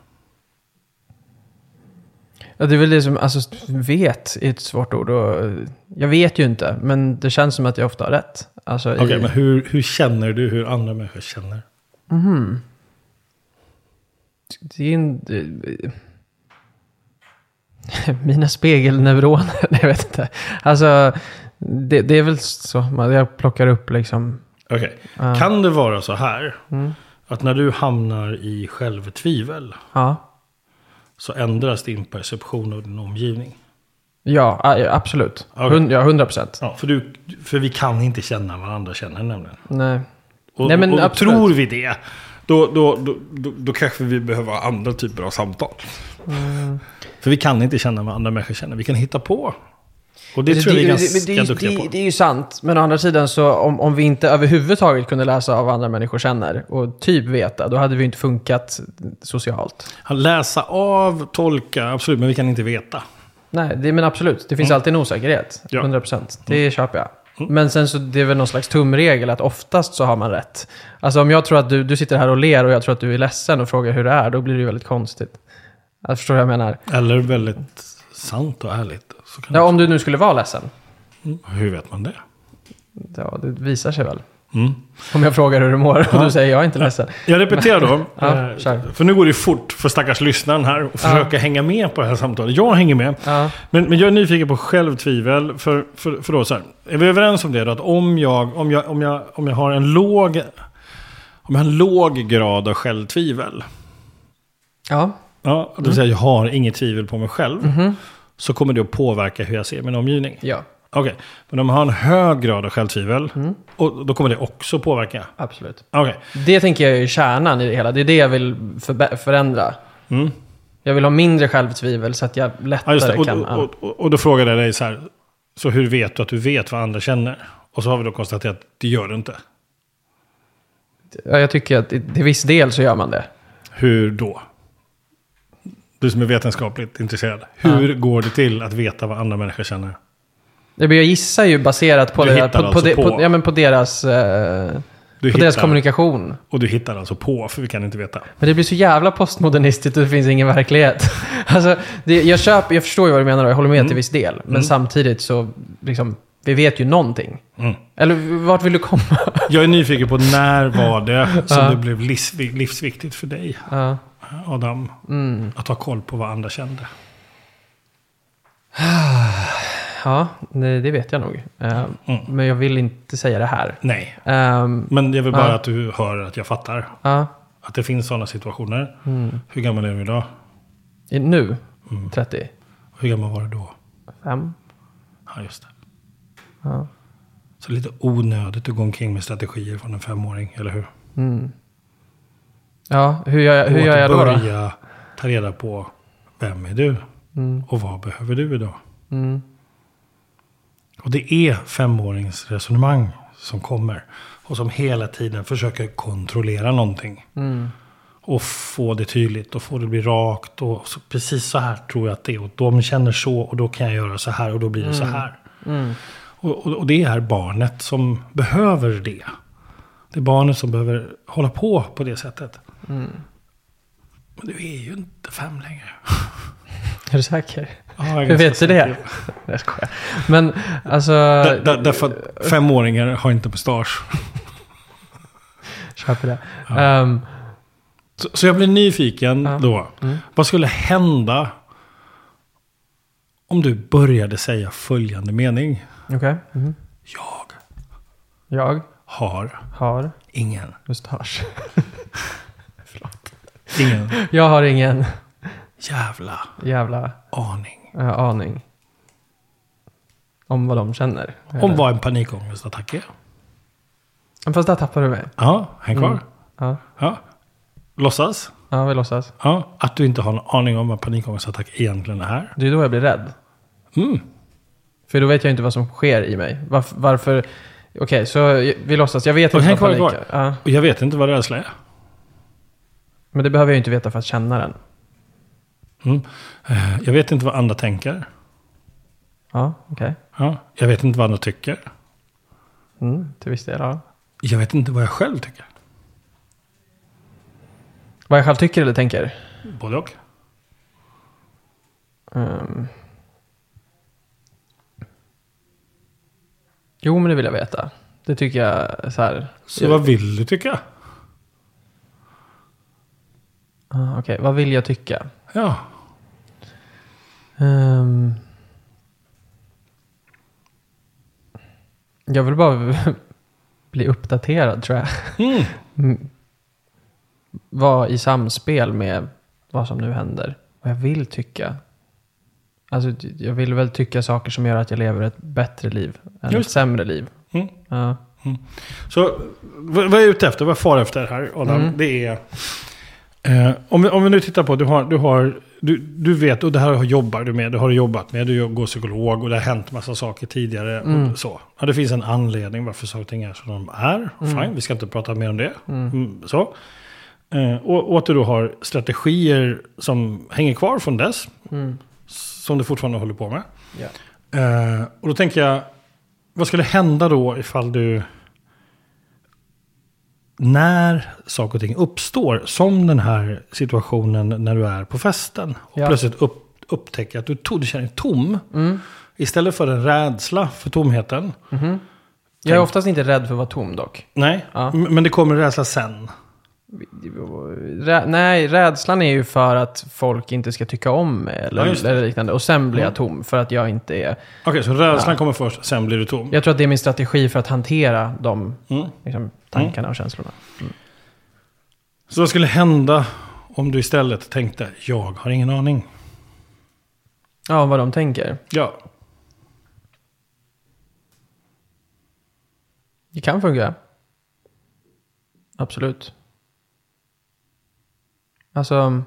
Ja, det är väl det som... Alltså, vet är ett svårt ord. Och jag vet ju inte, men det känns som att jag ofta har rätt. Alltså, Okej, okay, i... men hur, hur känner du hur andra människor känner? Mm. Det är en... Mina spegelneuroner, jag vet inte. Alltså, det, det är väl så. Jag plockar upp liksom... Okej, okay. uh. Kan det vara så här mm. att när du hamnar i självtvivel ja. så ändras din perception av din omgivning? Ja, absolut. Okay. Hund, ja, hundra procent. Ja, för, du, för vi kan inte känna vad andra känner nämligen. Nej. Och, Nej, men och absolut. Tror vi det, då, då, då, då, då kanske vi behöver andra typer av samtal. Mm. För vi kan inte känna vad andra människor känner. Vi kan hitta på. Och det, det tror jag vi är ganska det, duktiga det, på. Det är ju sant. Men å andra sidan så om, om vi inte överhuvudtaget kunde läsa av vad andra människor känner och typ veta, då hade vi inte funkat socialt. Läsa av, tolka, absolut, men vi kan inte veta. Nej, det, men absolut. Det finns mm. alltid en osäkerhet. Ja. hundra procent. Det mm. köper jag. Mm. Men sen så det är väl någon slags tumregel att oftast så har man rätt. Alltså om jag tror att du, du sitter här och ler och jag tror att du är ledsen och frågar hur det är, då blir det ju väldigt konstigt. Jag förstår vad jag menar. Eller väldigt sant och ärligt. Så kan ja, om du nu skulle vara ledsen. Mm. Hur vet man det? Ja, det visar sig väl. Mm. Om jag frågar hur du mår och ja. du säger jag är inte ledsen. Jag repeterar då. ja, för nu går det fort för stackars lyssnaren här och försöka ja. hänga med på det här samtalet. Jag hänger med. Ja. Men, men jag är nyfiken på självtvivel. För, för, för då så här, är vi överens om det då? Att om jag, om jag, om jag, om jag har en låg om jag har en låg grad av självtvivel. Ja. Ja, det vill säga jag har inget tvivel på mig själv. Mm-hmm. så kommer det att påverka hur jag ser min omgivning. Ja. Okej, okay. Men om jag har en hög grad av självtvivel, mm. och då kommer det också påverka? Absolut. Okay. Det tänker jag är kärnan i det hela. Det är det jag vill för- förändra. Mm. Jag vill ha mindre självtvivel så att jag lättare ja, och, kan... Och, och, och, och då frågade jag dig så här, så hur vet du att du vet vad andra känner? Och så har vi då konstaterat att det gör du inte. Ja, jag tycker att till viss del så gör man det. Hur då? Du som är vetenskapligt intresserad. Hur ja. går det till att veta vad andra människor känner? Jag gissar ju baserat på, det, på, alltså på, på, på, ja, men på deras, eh, på hittar, deras kommunikation. Och du hittar alltså på, för vi kan inte veta. Men det blir så jävla postmodernistiskt och det finns ingen verklighet. Alltså, det, jag, köper, jag förstår ju vad du menar och jag håller med mm. till viss del. Men mm. samtidigt så, liksom, vi vet ju någonting. Mm. Eller vart vill du komma? Jag är nyfiken på när var det som ja. det blev livs, livsviktigt för dig, ja. Adam, mm. att ha koll på vad andra kände. Ja, det, det vet jag nog. Uh, mm. Men jag vill inte säga det här. Nej, um, men jag vill bara uh. att du hör att jag fattar. Uh. Att det finns sådana situationer. Mm. Hur gammal är du idag? I, nu? Mm. trettio. Hur gammal var du då? Fem. Ja, just det. Uh. Så lite onödigt att gå omkring med strategier från en femåring, eller hur? Mm. Ja, hur gör jag, hur gör jag då? Att börja ta reda på vem är du? Mm. Och vad behöver du idag? Mm. Och det är femåringsresonemang som kommer. Och som hela tiden försöker kontrollera någonting. Mm. Och få det tydligt och få det bli rakt. Och så, precis så här tror jag att det är. Och de känner så och då kan jag göra så här och då blir det mm. så här. Mm. Och, och, och det är barnet som behöver det. Det är barnet som behöver hålla på på det sättet. Mm. Men du är ju inte fem längre. Är du säker? Ja, hur vet du det? Jag skojar. Men alltså... Där, där, därför att femåringar har inte mustasch. Köper det. Ja. Um, så, så jag blir nyfiken ja. då. Mm. Vad skulle hända om du började säga följande mening? Okej. Okay. Mm. Jag. Jag. Har. Har. Ingen. Mustasch. Förlåt. Ingen. Jag har ingen. Jävla. Jävla. Aning. Ja, aning. Om vad de känner. Om eller? Vad en panikångestattack är. Fast där tappar du mig. Ja, häng kvar. Mm. Ja. Ja. Låtsas. Ja, vi låtsas. Ja, att du inte har någon aning om vad panikångestattack egentligen är. Det är då jag blir rädd. Mm. För då vet jag inte vad som sker i mig. Varför... varför Okej, okay, så vi låtsas. Jag vet och inte vad panik är. Ja. Och jag vet inte vad rädsla är. Men det behöver jag inte veta för att känna den. Mm. Jag vet inte vad andra tänker. Ja, okej. Okay. Ja, jag vet inte vad andra tycker. Mm, till viss del, ja. Jag vet inte vad jag själv tycker. Vad jag själv tycker eller tänker? Både och. Um. Jo, men det vill jag veta. Det tycker jag så här. Så jag... vad vill du tycka? Ah, okej, okay. Vad vill jag tycka? Ja. Um, jag vill bara bli uppdaterad, tror jag. Mm. Vara i samspel med vad som nu händer. Vad jag vill tycka. Alltså, jag vill väl tycka saker som gör att jag lever ett bättre liv än Just. ett sämre liv. Mm. Ja. Mm. Så vad jag är ute efter, vad jag far efter här, Adam, mm. det är... Eh, om, vi, om vi nu tittar på, du har, du har du, du vet, och det här jobbar du med, du har jobbat med, du går psykolog och det har hänt massa saker tidigare mm. och så. Ja, det finns en anledning varför saker och ting är som de är. Mm. Fine, vi ska inte prata mer om det. Mm. Mm, så. Eh, och, och att du då har strategier som hänger kvar från dess, mm. som du fortfarande håller på med. Yeah. Eh, och då tänker jag, vad skulle hända då ifall du... När saker och ting uppstår, som den här situationen när du är på festen och ja. plötsligt upp, upptäcker att du, to, du känner dig tom mm. istället för en rädsla för tomheten. Mm-hmm. Jag är oftast inte rädd för att vara tom dock. Nej, ja. men det kommer rädsla sen. Rä- nej, rädslan är ju för att folk inte ska tycka om mig eller, ja, eller liknande. Och sen blir jag tom för att jag inte är... Okej, okay, så rädslan ja. kommer först, sen blir du tom. Jag tror att det är min strategi för att hantera de mm. liksom, tankarna mm. och känslorna. Mm. Så vad skulle hända om du istället tänkte, jag har ingen aning? Ja, vad de tänker. Ja. Det kan fungera. Absolut. Alltså...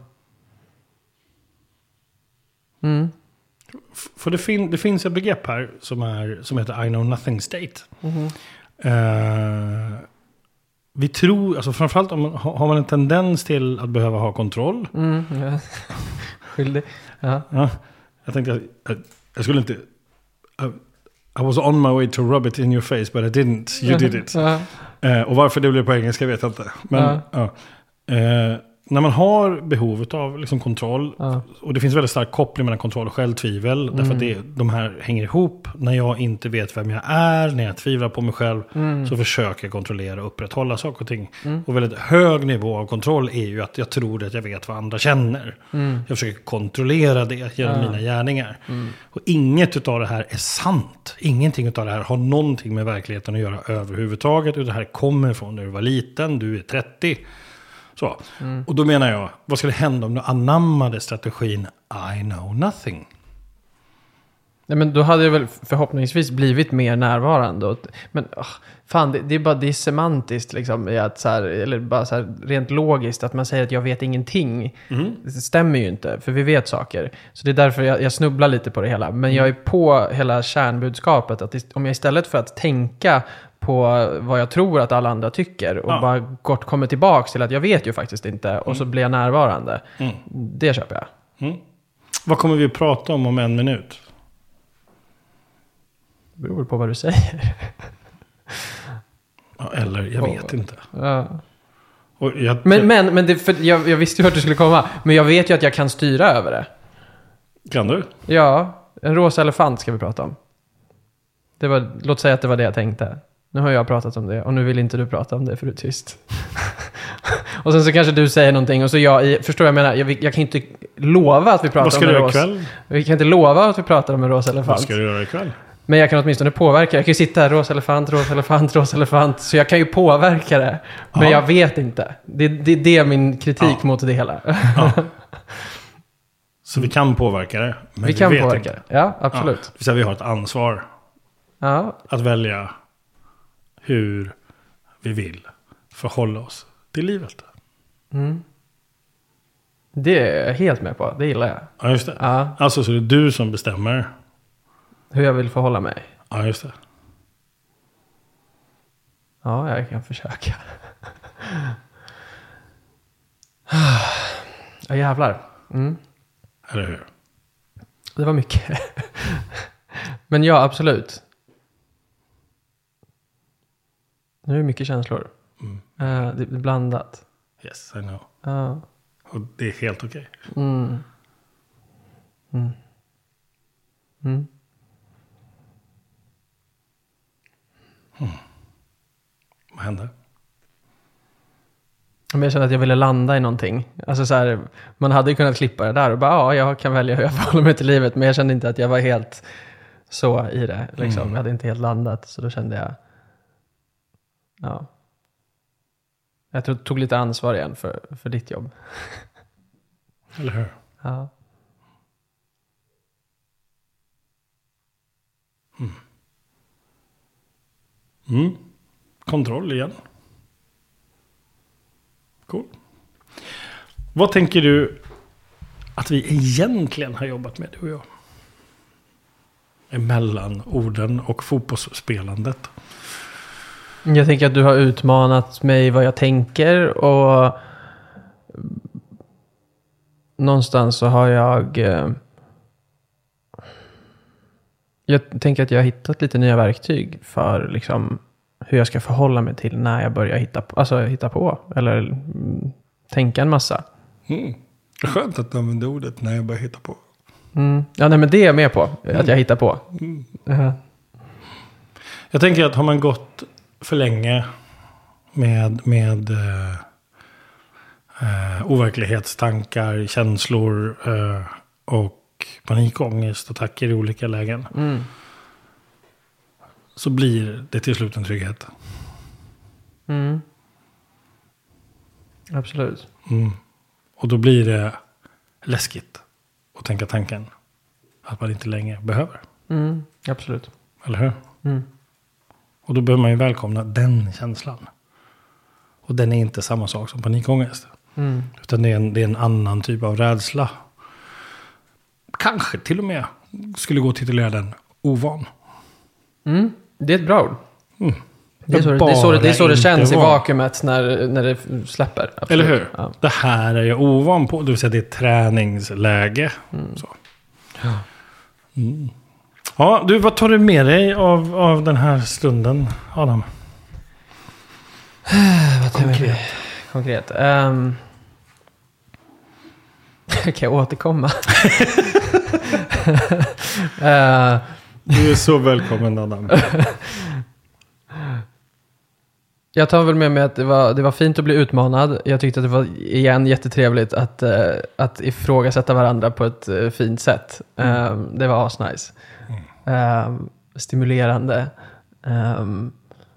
Mm. För det, fin- det finns ett begrepp här som, är, som heter I know nothing state. Mm. Uh, vi tror, alltså framförallt om man, har man en tendens till att behöva ha kontroll. Mm, ja. Skyldig. Ja. Ja, jag tänkte att jag, jag skulle inte... I, I was on my way to rub it in your face, but I didn't. You did it. Ja. Uh, och varför det blev på engelska vet jag inte. Men Ja. ja. Uh, när man har behovet av liksom kontroll, Ja. och det finns väldigt stark koppling mellan kontroll och självtvivel, Mm. därför att det, de här hänger ihop. När jag inte vet vem jag är, när jag tvivlar på mig själv, Mm. så försöker jag kontrollera och upprätthålla saker och ting. Mm. Och väldigt hög nivå av kontroll är ju att jag tror att jag vet vad andra känner. Mm. Jag försöker kontrollera det genom Ja. mina gärningar. Mm. Och inget av det här är sant. Ingenting av det här har någonting med verkligheten att göra överhuvudtaget. Utan det här kommer från när du var liten, du är trettio. Så. Mm. Och då menar jag, vad skulle hända om du anammade strategin I know nothing? Nej, men då hade jag väl förhoppningsvis blivit mer närvarande. Och, men oh, fan, det, det är bara det är semantiskt liksom, i att så här, eller bara så här, rent logiskt att man säger att jag vet ingenting. Mm. Det stämmer ju inte, för vi vet saker. Så det är därför jag, jag snubblar lite på det hela. Men jag är på hela kärnbudskapet att om jag istället för att tänka på vad jag tror att alla andra tycker och Ja. bara kort kommer tillbaka till att jag vet ju faktiskt inte och så blir jag närvarande. Mm. Det köper jag. Mm. Vad kommer vi att prata om om en minut? Det beror på vad du säger. Ja, eller, jag vet Oh. inte. Ja. Och jag, Men, men, men det, för jag, jag visste ju vart du skulle komma. Men jag vet ju att jag kan styra över det. Kan du? Ja, en rosa elefant ska vi prata om. Det var, låt säga att det var det jag tänkte. Nu har jag pratat om det och nu vill inte du prata om det för du är tyst. Och sen så kanske du säger någonting och så jag, förstår jag menar, jag, jag kan inte lova att vi pratar Vad ska om du en göra rosa. ikväll? Vi kan inte lova att vi pratar om en rosa elefant. Vad ska du göra ikväll? Men jag kan åtminstone påverka. Jag kan ju sitta här, rosa elefant, rosa elefant, rosa elefant. Så jag kan ju påverka det. Men Ja. jag vet inte. Det, det, det är min kritik Ja. mot det hela. Ja. Så vi kan påverka det. Men vi vi kan vet påverka inte. det. Ja, absolut. Ja. Det vill säga, vi har ett ansvar Ja. att välja hur vi vill förhålla oss till livet. Mm. Det är jag helt med på. Det gillar jag. Ja, just det. Ja. Alltså, så det är du som bestämmer. Hur jag vill förhålla mig. Ja, just det. Ja, jag kan försöka. Ja, jävlar. Mm. Eller hur? Det var mycket. Men ja, absolut. Nu är det mycket känslor. Mm. Uh, det är blandat. Yes, I know. Ja. Och det är helt okej. Mm. Mm. Mm. Vad hände? Men jag kände att jag ville landa i någonting. Alltså så här, man hade ju kunnat klippa det där och bara, ja, jag kan välja hur jag förhåller mig till livet. Men jag kände inte att jag var helt så i det. Liksom. Mm. Jag hade inte helt landat. Så då kände jag, ja. Jag tror, tog lite ansvar igen för, för ditt jobb. Eller hur? Ja. Mm. Kontroll igen. Cool. Vad tänker du att vi egentligen har jobbat med, du och jag? Emellan orden och fotbollsspelandet. Jag tänker att du har utmanat mig vad jag tänker och någonstans så har jag eh, jag tänker att jag har hittat lite nya verktyg för liksom hur jag ska förhålla mig till när jag börjar hitta på, alltså hitta på eller mm, tänka en massa. Mm. Det är skönt att du använder ordet när jag börjar hitta på. Mm. Ja, nej, men det är jag med på, att jag hittar på. Mm. Uh-huh. Jag tänker att har man gått för länge med, med eh, eh, overklighetstankar, känslor eh, och panikångest, attacker i olika lägen, Mm. så blir det till slut en trygghet. Mm. Absolut. Mm. Och då blir det läskigt att tänka tanken att man inte längre behöver. Mm, absolut. Eller hur? Mm. Och då behöver man ju välkomna den känslan. Och den är inte samma sak som panikångest. Mm. Utan det är, en, det är en annan typ av rädsla. Kanske till och med skulle gå att titulera den ovan. Mm. Det är ett bra ord. Mm. Det är så det, det, är så det, det, är så det känns i van. vakuumet när, när det släpper. Absolut. Eller hur? Ja. Det här är jag ovan på. Det vill säga det är träningsläge. Mm. Så. Ja. Mm. Ja, du, vad tar du med dig av, av den här stunden, Adam? Vad tar Konkret. Konkret. Um, kan jag återkomma? uh, du är så välkommen, Adam. Jag tar väl med mig att det var, det var fint att bli utmanad. Jag tyckte att det var igen jättetrevligt att, uh, att ifrågasätta varandra på ett uh, fint sätt. Mm. Uh, det var asnice. Mm. Uh, stimulerande. Um,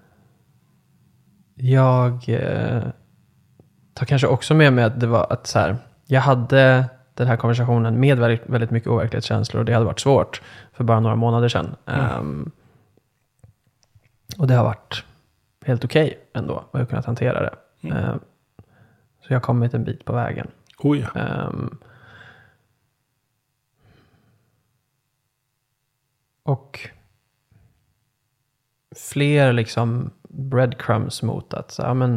jag uh, tar kanske också med mig att det var att så här, jag hade den här konversationen med väldigt, väldigt mycket overklighetskänslor och det hade varit svårt för bara några månader sedan. Mm. Um, och det har varit helt okej okay ändå. Och jag har kunnat hantera det. Mm. Uh, så jag har kommit en bit på vägen. Oh ja. Um, och fler liksom breadcrumbs mot att så, ja, men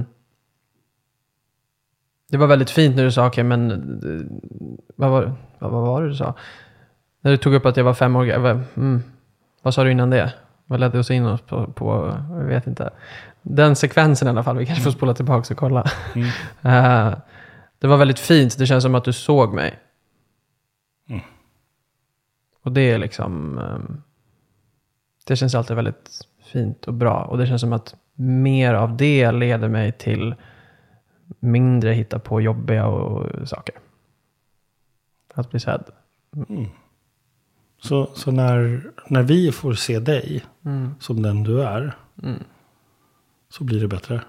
det var väldigt fint när du sa okej, okay, men vad var, vad, vad var det du sa? När du tog upp att jag var fem år gammal. Mm, vad sa du innan det? Vad ledde oss in oss på, på, jag vet inte. Den sekvensen i alla fall, vi kanske får spola tillbaka och kolla. Mm. uh, det var väldigt fint, det känns som att du såg mig. Mm. Och det är liksom, um, det känns alltid väldigt fint och bra. Och det känns som att mer av det leder mig till mindre hitta på jobbiga och saker. Att bli sedd. Mm. Så, så när, när vi får se dig mm. som den du är mm. så blir det bättre.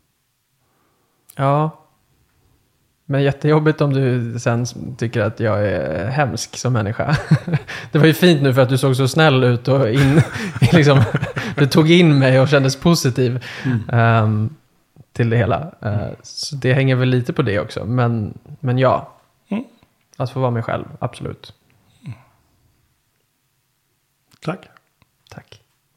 Ja. Men jättejobbigt om du sen tycker att jag är hemsk som människa. Det var ju fint nu för att du såg så snäll ut och in, liksom, du tog in mig och kändes positiv mm. um, till det hela. Uh, så det hänger väl lite på det också. Men, men ja, mm. att få vara mig själv, absolut. Mm. Tack. Tack.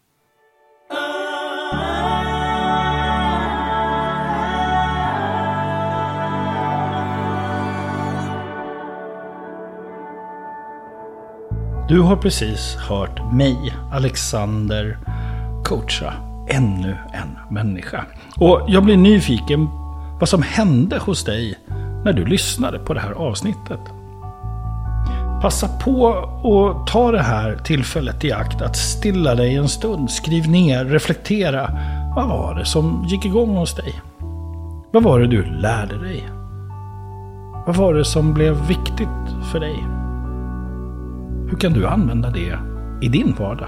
Du har precis hört mig, Alexander, coacha ännu en människa. Och jag blir nyfiken vad som hände hos dig när du lyssnade på det här avsnittet. Passa på att ta det här tillfället i akt att stilla dig en stund. Skriv ner, reflektera. Vad var det som gick igång hos dig? Vad var det du lärde dig? Vad var det som blev viktigt för dig? Hur kan du använda det i din vardag?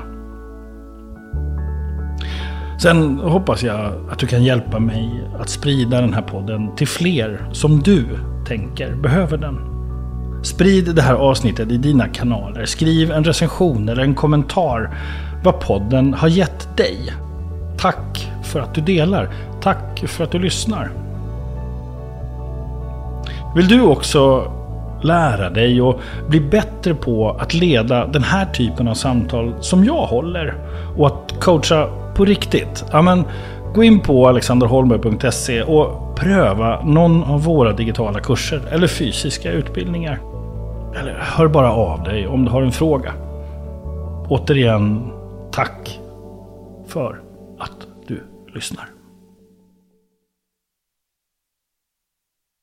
Sen hoppas jag att du kan hjälpa mig att sprida den här podden till fler som du tänker behöver den. Sprid det här avsnittet i dina kanaler. Skriv en recension eller en kommentar vad podden har gett dig. Tack för att du delar. Tack för att du lyssnar. Vill du också lära dig och bli bättre på att leda den här typen av samtal som jag håller och att coacha på riktigt? Ja, men gå in på alexander holmberg punkt se och pröva någon av våra digitala kurser eller fysiska utbildningar. Eller hör bara av dig om du har en fråga. Återigen, tack för att du lyssnar.